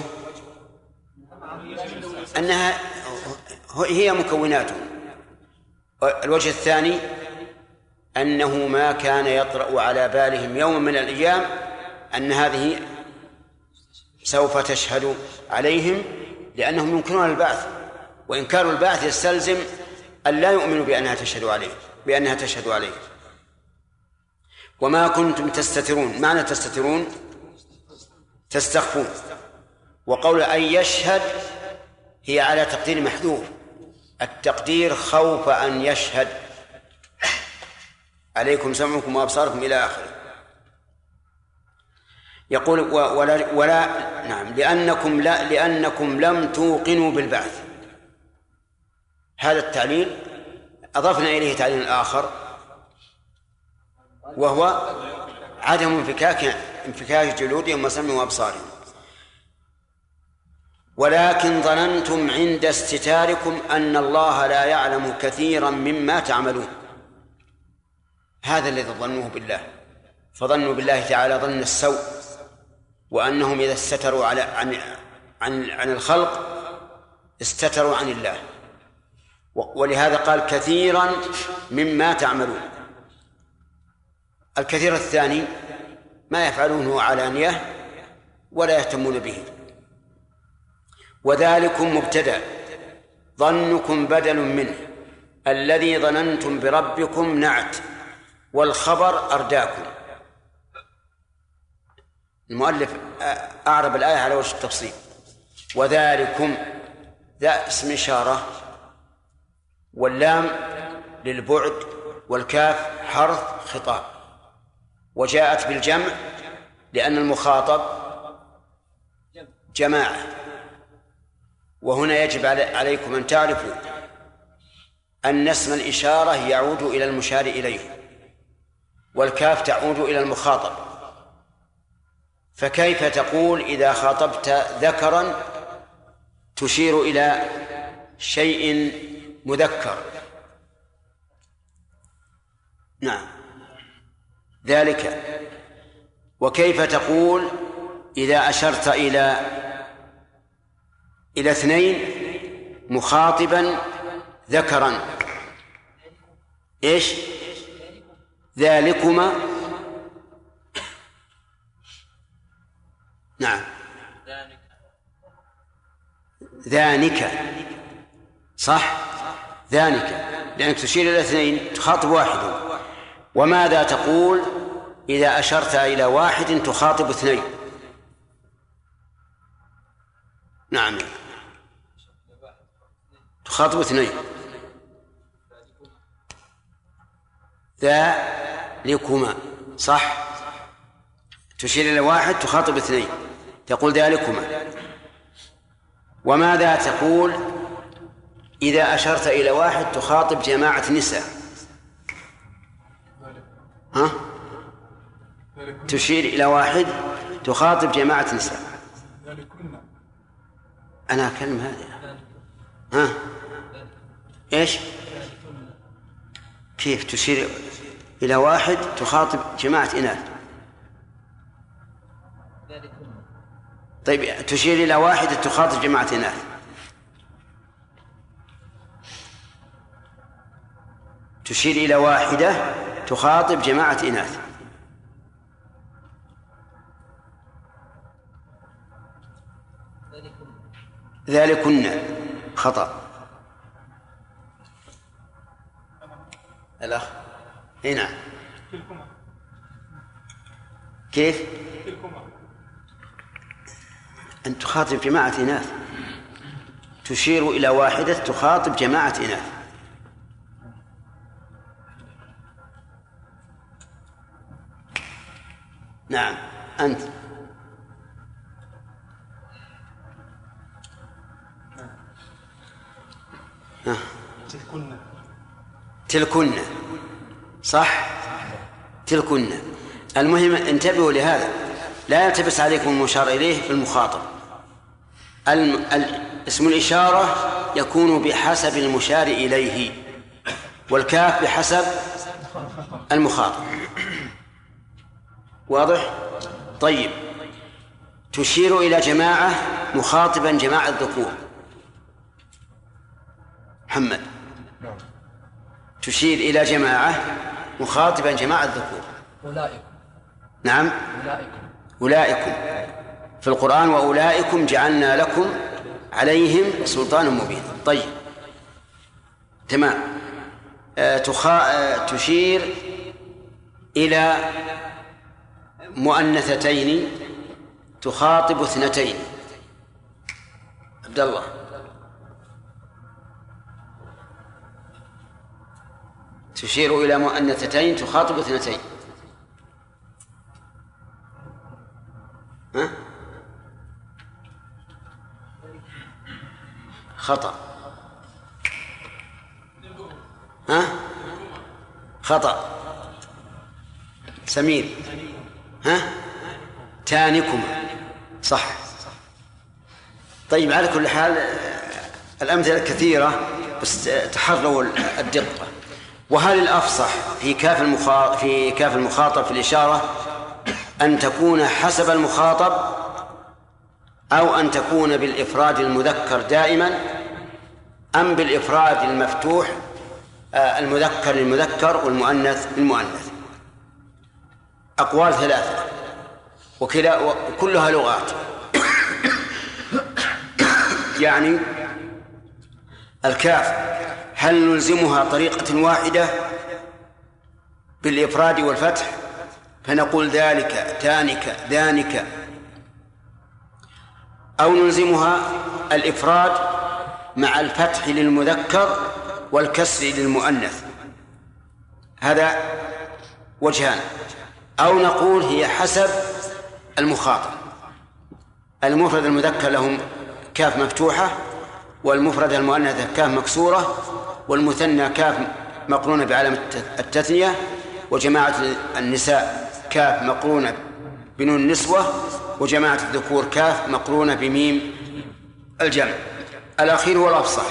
أنها هي مكوناته، الوجه الثاني أنه ما كان يطرأ على بالهم يوما من الأيام أن هذه سوف تشهد عليهم، لأنهم ينكرون البعث، وإنكار البعث يستلزم أن لا يؤمنوا بأنها تشهد عليه. وما كنتم تستترون، معنى تستترون تستخفون، وقول أن يشهد هي على تقدير محذوف، التقدير خوف أن يشهد عليكم سمعكم وأبصاركم إلى آخره. يقول ولا نعم لأنكم لم توقنوا بالبعث. هذا التعليل أضفنا إليه تعليل آخر وهو عدم انفكاك جلودهم وسمعهم وأبصارهم. ولكن ظننتم عند استتاركم أن الله لا يعلم كثيرا مما تعملون. هذا الذي ظنوه بالله، فظنوا بالله تعالى ظن السوء، وأنهم إذا استتروا عن الخلق استتروا عن الله، ولهذا قال كثيرا مما تعملون. الكثير الثاني ما يفعلونه علانية ولا يهتمون به. وذلكم مبتدأ، ظنكم بدل منه، الذي ظننتم بربكم نعت، والخبر أرداكم. المؤلف أعرب الآية على وجه التفصيل. وذلكم ذا اسم إشارة، واللام للبعد، والكاف حرف خطاب. وجاءت بالجمع لأن المخاطب جماعة. وهنا يجب عليكم أن تعرفوا أن اسم الإشارة يعود إلى المشار إليه، والكاف تعود إلى المخاطب. فكيف تقول إذا خاطبت ذكرا تشير إلى شيء مذكر؟ نعم ذلك. وكيف تقول إذا أشرت إلى اثنين مخاطبا ذكرا؟ إيش؟ ذلكما. نعم ذانك، صح، ذانك، لأنك تشير إلى اثنين تخاطب واحد. وماذا تقول إذا أشرت إلى واحد تخاطب اثنين؟ نعم تخاطب اثنين. ذلكما، صح، تشير إلى واحد تخاطب اثنين تقول ذلكما. وماذا تقول إذا أشرت إلى واحد تخاطب جماعة نساء؟ ها؟ تشير إلى واحد تخاطب جماعة نساء. أنا أكلم هذا. ها؟ إيش؟ كيف تشير إلى واحد تخاطب جماعة إناث؟ طيب تشير إلى واحد تخاطب جماعة إناث. تشير إلى واحدة تخاطب جماعة إناث. ذلكن خطأ. الأخ هنا كيف؟ أن تخاطب جماعة إناث، تشير إلى واحدة تخاطب جماعة إناث. نعم أنت. تلكن، صح، تلكن. المهم انتبهوا لهذا، لا يلتبس عليكم المشار إليه في المخاطب. اسم الإشارة يكون بحسب المشار إليه، والكاف بحسب المخاطب. واضح؟ طيب، تشير إلى جماعة مخاطبا جماعة الذكور. محمد، تشير إلى جماعة مخاطبا جماعة الذكور. أولئكم. نعم أولئكم في القرآن، وأولئكم جعلنا لكم عليهم سلطانا مبينا. طيب تمام. تشير إلى مؤنثتين تخاطب اثنتين. عبد الله، تشير إلى مؤنثتين تخاطب اثنتين. ها؟ خطأ. ها؟ خطأ. سمير، ها؟ تانكما، صح. طيب على كل حال الأمثلة كثيرة، بس تحروا الدقة. وهل الأفصح في كاف المخاطب في الإشارة أن تكون حسب المخاطب، أو أن تكون بالإفراد المذكر دائما، أم بالإفراد المفتوح المذكر للمذكر والمؤنث للمؤنث؟ أقوال ثلاثة وكلها لغات. يعني الكاف هل نلزمها طريقة واحدة بالإفراد والفتح فنقول ذلك تانك ذانك، أو نلزمها الإفراد مع الفتح للمذكر والكسر للمؤنث؟ هذا وجهان. أو نقول هي حسب المخاطب. المفرد المذكر لهم كاف مفتوحة، والمفرد المؤنث كاف مكسورة، والمثنى كاف مقرونة بعلامة التثنية، وجماعة النساء كاف مقرونة بنون النسوة، وجماعة الذكور كاف مقرونة بميم الجمع. الأخير هو الأفصح،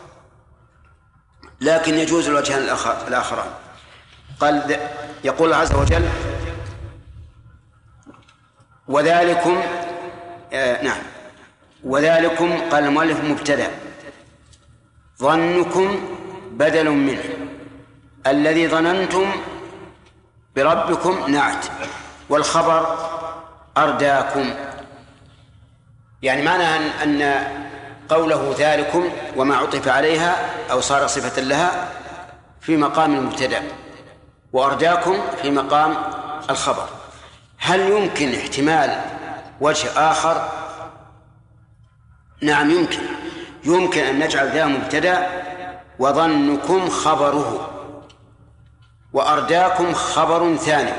لكن يجوز الوجهان الآخران. قال يقول الله عز وجل وذلكم نعم وذلكم قال المؤلف مبتدأ، ظنكم بدل منه، الذي ظننتم بربكم نعت، والخبر أرداكم. يعني معنى أن قوله ذلكم وما عطف عليها أو صار صفة لها في مقام المبتدأ، وأرداكم في مقام الخبر. هل يمكن احتمال وجه آخر؟ نعم يمكن أن نجعل ذا مبتدأ وظنكم خبره، وأرداكم خبر ثاني،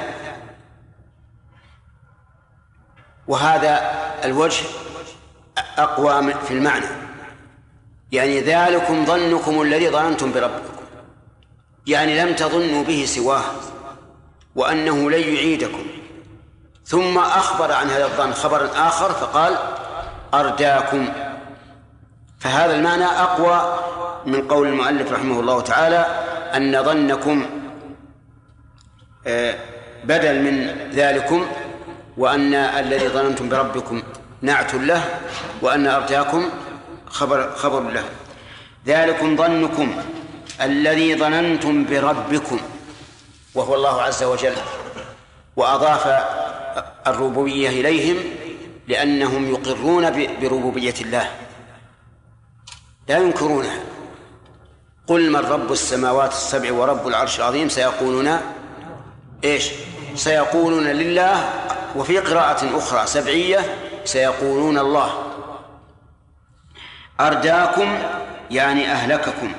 وهذا الوجه أقوى في المعنى. يعني ذلكم ظنكم الذي ظننتم بربكم، يعني لم تظنوا به سواه وأنه لن يعيدكم، ثم أخبر عن هذا الظن خبرا آخر فقال أرداكم. فهذا المعنى أقوى من قول المؤلف رحمه الله تعالى أن ظنكم بدل من ذلكم، وأن الذي ظننتم بربكم نعت له، وأن أرداكم خبر له. ذلكم ظنكم الذي ظننتم بربكم، وهو الله عز وجل، وأضاف الربوبية إليهم لأنهم يقرون بربوبية الله لا ينكرونها. قل من رب السماوات السبع ورب العرش العظيم سيقولون إيش؟ سيقولون لله. وفي قراءة أخرى سبعية سيقولون الله. أرداكم يعني أهلككم،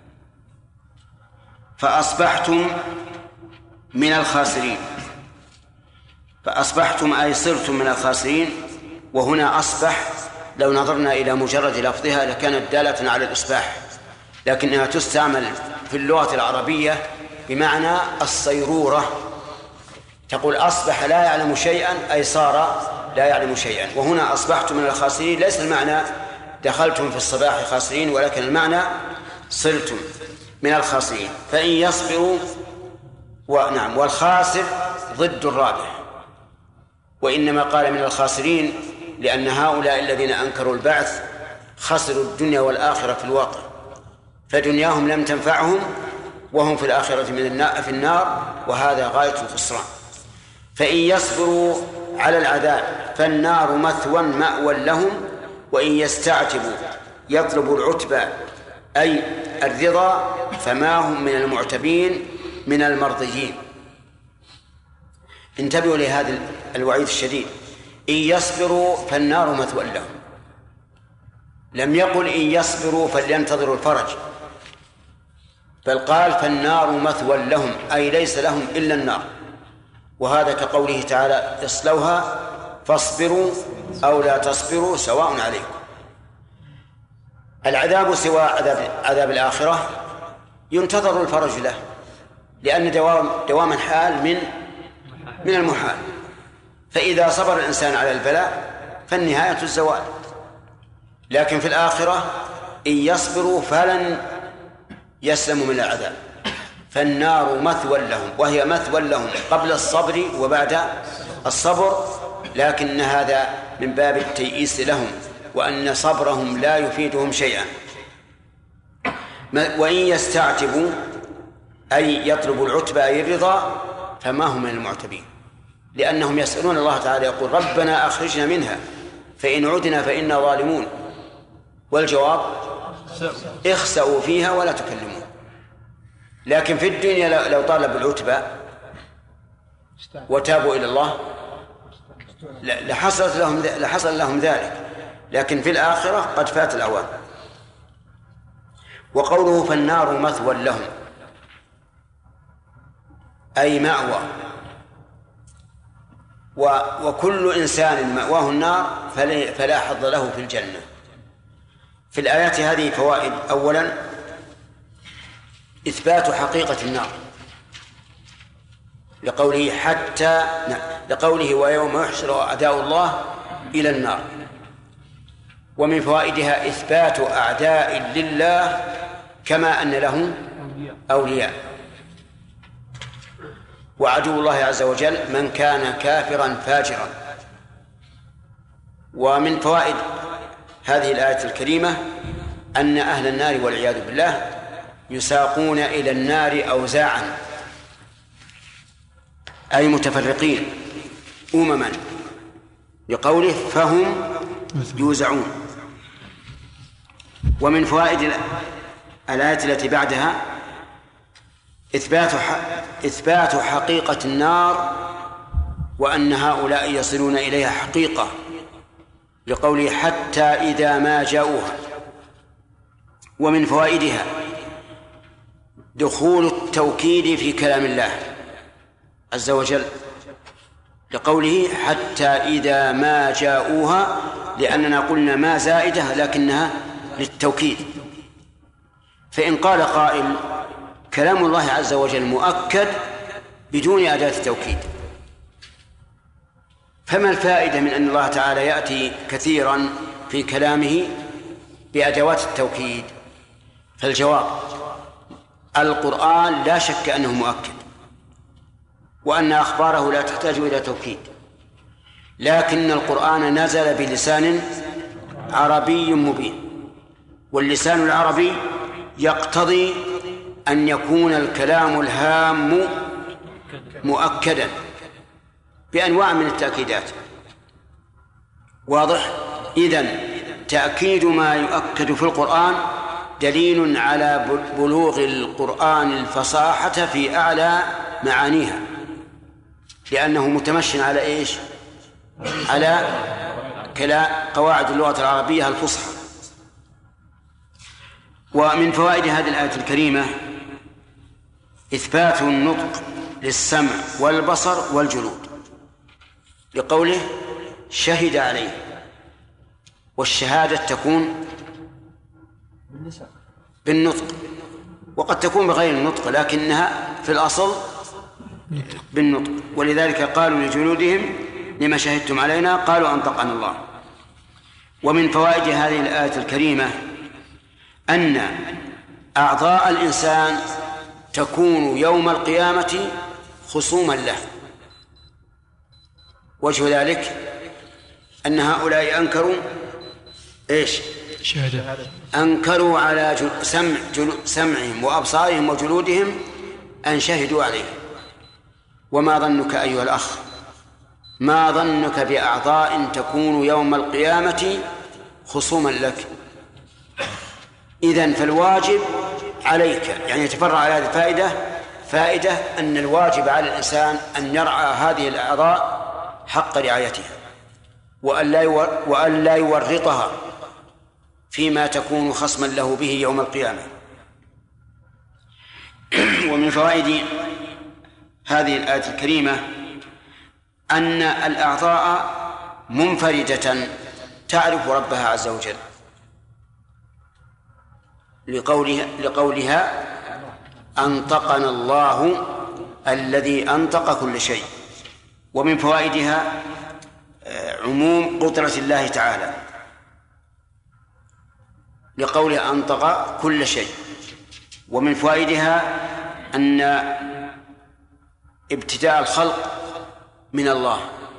فأصبحتم من الخاسرين. فأصبحتم أي صرتم من الخاسرين. وهنا أصبح لو نظرنا إلى مجرد لفظها لكانت دالة على الإصباح، لكنها تستعمل في اللغة العربية بمعنى الصيرورة. تقول أصبح لا يعلم شيئا أي صار لا يعلم شيئا. وهنا أصبحتم من الخاسرين ليس المعنى دخلتم في الصباح خاسرين، ولكن المعنى صرتم من الخاسرين. فإن يصبروا ونعم، والخاسر ضد الرابح، وإنما قال من الخاسرين لأن هؤلاء الذين أنكروا البعث خسروا الدنيا والآخرة في الواقع، فدنياهم لم تنفعهم وهم في الآخرة في النار، وهذا غاية الخسران. فإن يصبروا على العذاب فالنار مثوى مأوى لهم، وإن يستعتبوا يطلبوا العتبى أي الرضا فما هم من المعتبين من المرضيين. انتبهوا لهذا الوعيد الشديد. إن يصبروا فالنار مثوى لهم، لم يقل إن يصبروا فلينتظروا الفرج، بل قال فالنار مثوى لهم أي ليس لهم إلا النار. وهذا كقوله تعالى اصلوها فاصبروا أو لا تصبروا سواء عليكم. العذاب سوى عذاب الآخرة ينتظر الفرج له، لأن دوام الحال من المحال. فإذا صبر الإنسان على البلاء فالنهاية الزوال. لكن في الآخرة إن يصبروا فلن يسلموا من العذاب، فالنار مثوى لهم، وهي مثوى لهم قبل الصبر وبعد الصبر، لكن هذا من باب التيئيس لهم، وأن صبرهم لا يفيدهم شيئا. وإن يستعتبوا أي يطلبوا العتبى أي الرضا فما هم من المعتبين، لأنهم يسألون الله تعالى يقول ربنا أخرجنا منها فإن عدنا فإنا ظالمون، والجواب اخسأوا فيها ولا تكلمون. لكن في الدنيا لو طالبوا العتبى وتابوا إلى الله لحصل لهم ذلك، لكن في الآخرة قد فات الأوان. وقوله فالنار مثوى لهم أي مأوى، وكل إنسان مأواه النار فلا حظ له في الجنة. في الآيات هذه فوائد. أولا إثبات حقيقة النار لقوله ويوم يحشر أعداء الله إلى النار. ومن فوائدها إثبات أعداء لله كما أن له أولياء، وعدو الله عز وجل من كان كافرا فاجرا. ومن فوائد هذه الآية الكريمة أن أهل النار والعياذ بالله يساقون إلى النار أوزاعا، أي متفرقين أمما، لقوله فهم يوزعون. ومن فوائد الآية التي بعدها إثبات حقيقة النار وأن هؤلاء يصلون إليها حقيقة، لقوله حتى إذا ما جاءوها. ومن فوائدها دخول التوكيد في كلام الله عز وجل، لقوله حتى إذا ما جاءوها، لأننا قلنا ما زائدة لكنها للتوكيد. فإن قال قائل كلام الله عز وجل مؤكد بدون أداة التوكيد، فما الفائدة من أن الله تعالى يأتي كثيرا في كلامه بأدوات التوكيد؟ فالجواب القرآن لا شك أنه مؤكد، وأن أخباره لا تحتاج إلى توكيد، لكن القرآن نزل بلسان عربي مبين، واللسان العربي يقتضي أن يكون الكلام الهام مؤكدا بأنواع من التأكيدات. واضح؟ إذن تأكيد ما يؤكد في القرآن دليل على بلوغ القرآن الفصاحة في أعلى معانيها، لأنه متمشن على إيش؟ على قواعد اللغة العربية الفصحى. ومن فوائد هذه الآية الكريمة إثبات النطق للسمع والبصر والجلود، لقوله شهد عليه، والشهادة تكون بالنطق وقد تكون بغير النطق، لكنها في الأصل بالنطق. ولذلك قالوا لجلودهم لما شهدتم علينا قالوا أنطقنا الله. ومن فوائد هذه الآية الكريمة أن أعضاء الإنسان تكون يوم القيامة خصوما له. وجه ذلك أن هؤلاء أنكروا إيش؟ شهادة. أنكروا على سمعهم وأبصارهم وجلودهم أن شهدوا عليه. وما ظنك أيها الأخ، ما ظنك بأعضاء تكون يوم القيامة خصوما لك؟ إذن فالواجب عليك، يعني يتفرع على هذه فائدة أن الواجب على الإنسان أن يرعى هذه الأعضاء حق رعايتها، وأن لا يورطها فيما تكون خصما له به يوم القيامة. ومن فوائد هذه الآية الكريمة أن الأعضاء منفردة تعرف ربها عز وجل، لقولها أنطقنا الله الذي أنطق كل شيء. ومن فوائدها عموم قدرة الله تعالى، لقوله أنطق كل شيء. ومن فوائدها أن ابتداء الخلق من الله،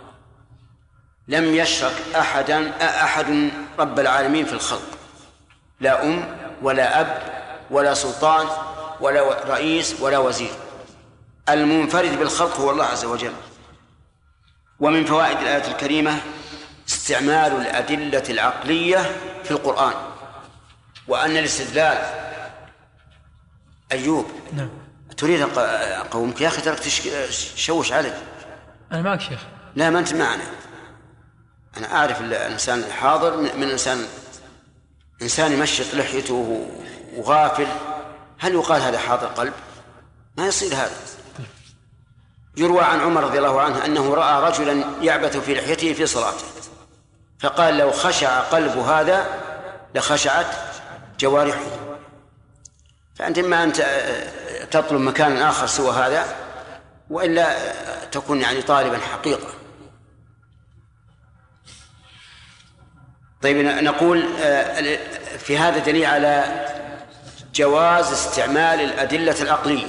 لم يشرك أحد رب العالمين في الخلق، لا أم ولا أب ولا سلطان ولا رئيس ولا وزير، المنفرد بالخلق هو الله عز وجل. ومن فوائد الآية الكريمة استعمال الأدلة العقلية في القرآن، وأن الاستدلال أيوب نعم. تريد قومك يا أخي ترك تشوش علي. أنا معك شيخ. لا ما أنت معنا، أنا أعرف الإنسان الحاضر من إنسان يمشط لحيته وغافل، هل يقال هذا حاضر قلب؟ ما يصير هذا. يروى عن عمر رضي الله عنه أنه رأى رجلا يعبث في لحيته في صلاته، فقال لو خشع قلب هذا لخشعت جوارحه. فأنت إما أن تطلب مكان آخر سوى هذا، وإلا تكون يعني طالبا حقيقة. طيب نقول في هذا دليل على جواز استعمال الأدلة العقلية.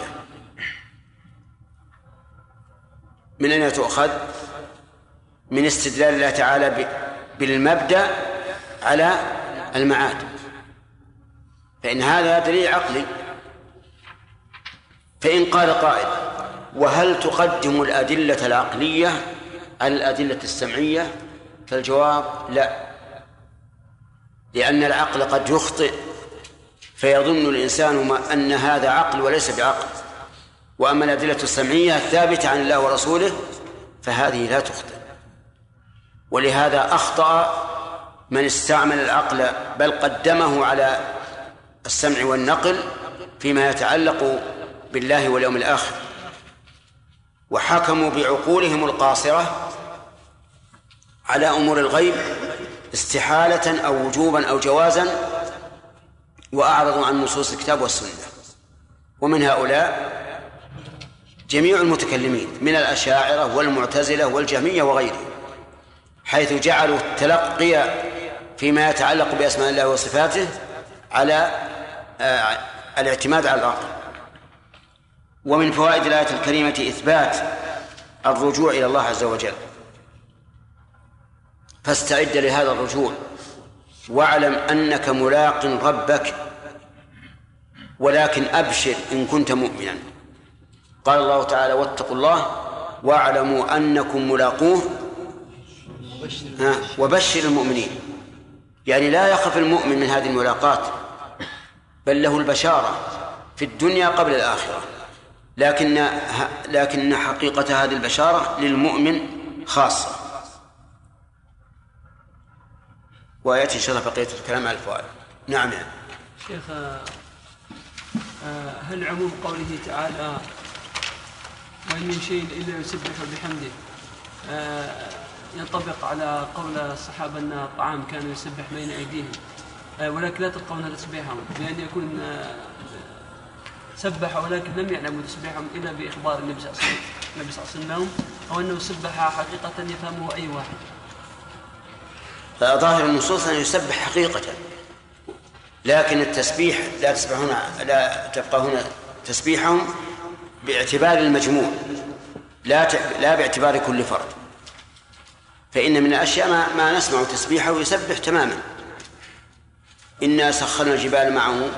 من أين تؤخذ؟ من استدلال الله تعالى بالمبدأ على المعاد، فإن هذا دليل عقلي. فإن قال قائل وهل تقدم الأدلة العقلية على الأدلة السمعية؟ فالجواب لا، لأن العقل قد يخطئ فيظن الإنسان أن هذا عقل وليس بعقل، وأما الأدلة السمعية الثابتة عن الله ورسوله فهذه لا تخطئ. ولهذا أخطأ من استعمل العقل بل قدمه على السمع والنقل فيما يتعلق بالله واليوم الآخر، وحكموا بعقولهم القاصرة على أمور الغيب استحالة أو وجوبا أو جوازا، وأعرضوا عن نصوص الكتاب والسنة. ومن هؤلاء جميع المتكلمين من الأشاعرة والمعتزلة والجهمية وغيرهم، حيث جعلوا التلقي فيما يتعلق بأسماء الله وصفاته على الاعتماد على العقل. ومن فوائد الآية الكريمة إثبات الرجوع إلى الله عز وجل، فاستعد لهذا الرجوع واعلم أنك ملاق ربك، ولكن أبشر إن كنت مؤمنا. قال الله تعالى واتقوا الله واعلموا أنكم ملاقوه وبشر المؤمنين. يعني لا يخف المؤمن من هذه الملاقات، بل له البشارة في الدنيا قبل الآخرة، لكن حقيقة هذه البشارة للمؤمن خاصة. ويأتي إن شاء الله بقية الكلام على الفوائد. نعم يعني. شيخ، هل عموم قوله تعالى وإن من شيء إلا يسبح بحمده ينطبق على قول الصحابة أن الطعام كان يسبح بين أيديهم ولكن لا تلقون تسبيحهم، بأن يكون سبح ولكن لم يعلموا تسبيحهم إلا بإخبار النبي صلى الله عليه وسلم، أو أنه سبح حقيقة يفهمه أي واحد؟ ظاهر النصوص أن يسبح حقيقة، لكن التسبيح لا تبقى هنا تسبيحهم باعتبار المجموع لا باعتبار كل فرد. فإن من الأشياء ما نسمع تسبيحه يسبح تماما. إنا سخرنا الجبال معه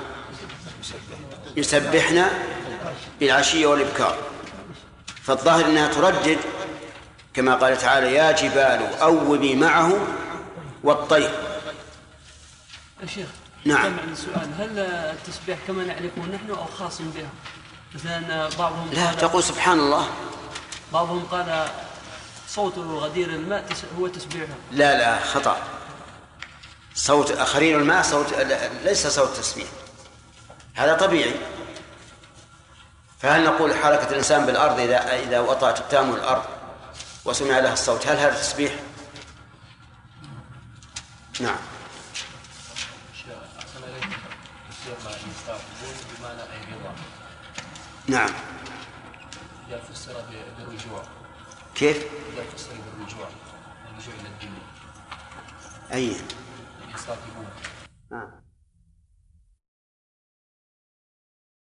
يسبحنا بالعشي والإبكار، فالظاهر أنها تردد كما قال تعالى يا جبال أوبي معه والطير. شيخ، نعم. السؤال هل التسبيح كما نعرفه نحن أو خاص بها؟ مثلا بعضهم لا تقول سبحان الله، بعضهم قال صوت غدير الماء هو تسبيحه. لا خطأ. صوت خرير الماء ليس صوت تسبيح، هذا طبيعي. فهل نقول حركة الإنسان بالأرض إذا وطأت التام الأرض وسمع لها الصوت هل هذا تسبيح؟ نعم. نعم. إذا فسر بالرجوع كيف؟ إذا فسر بالرجوع الرجوع إلى الدين أي يستعتبون.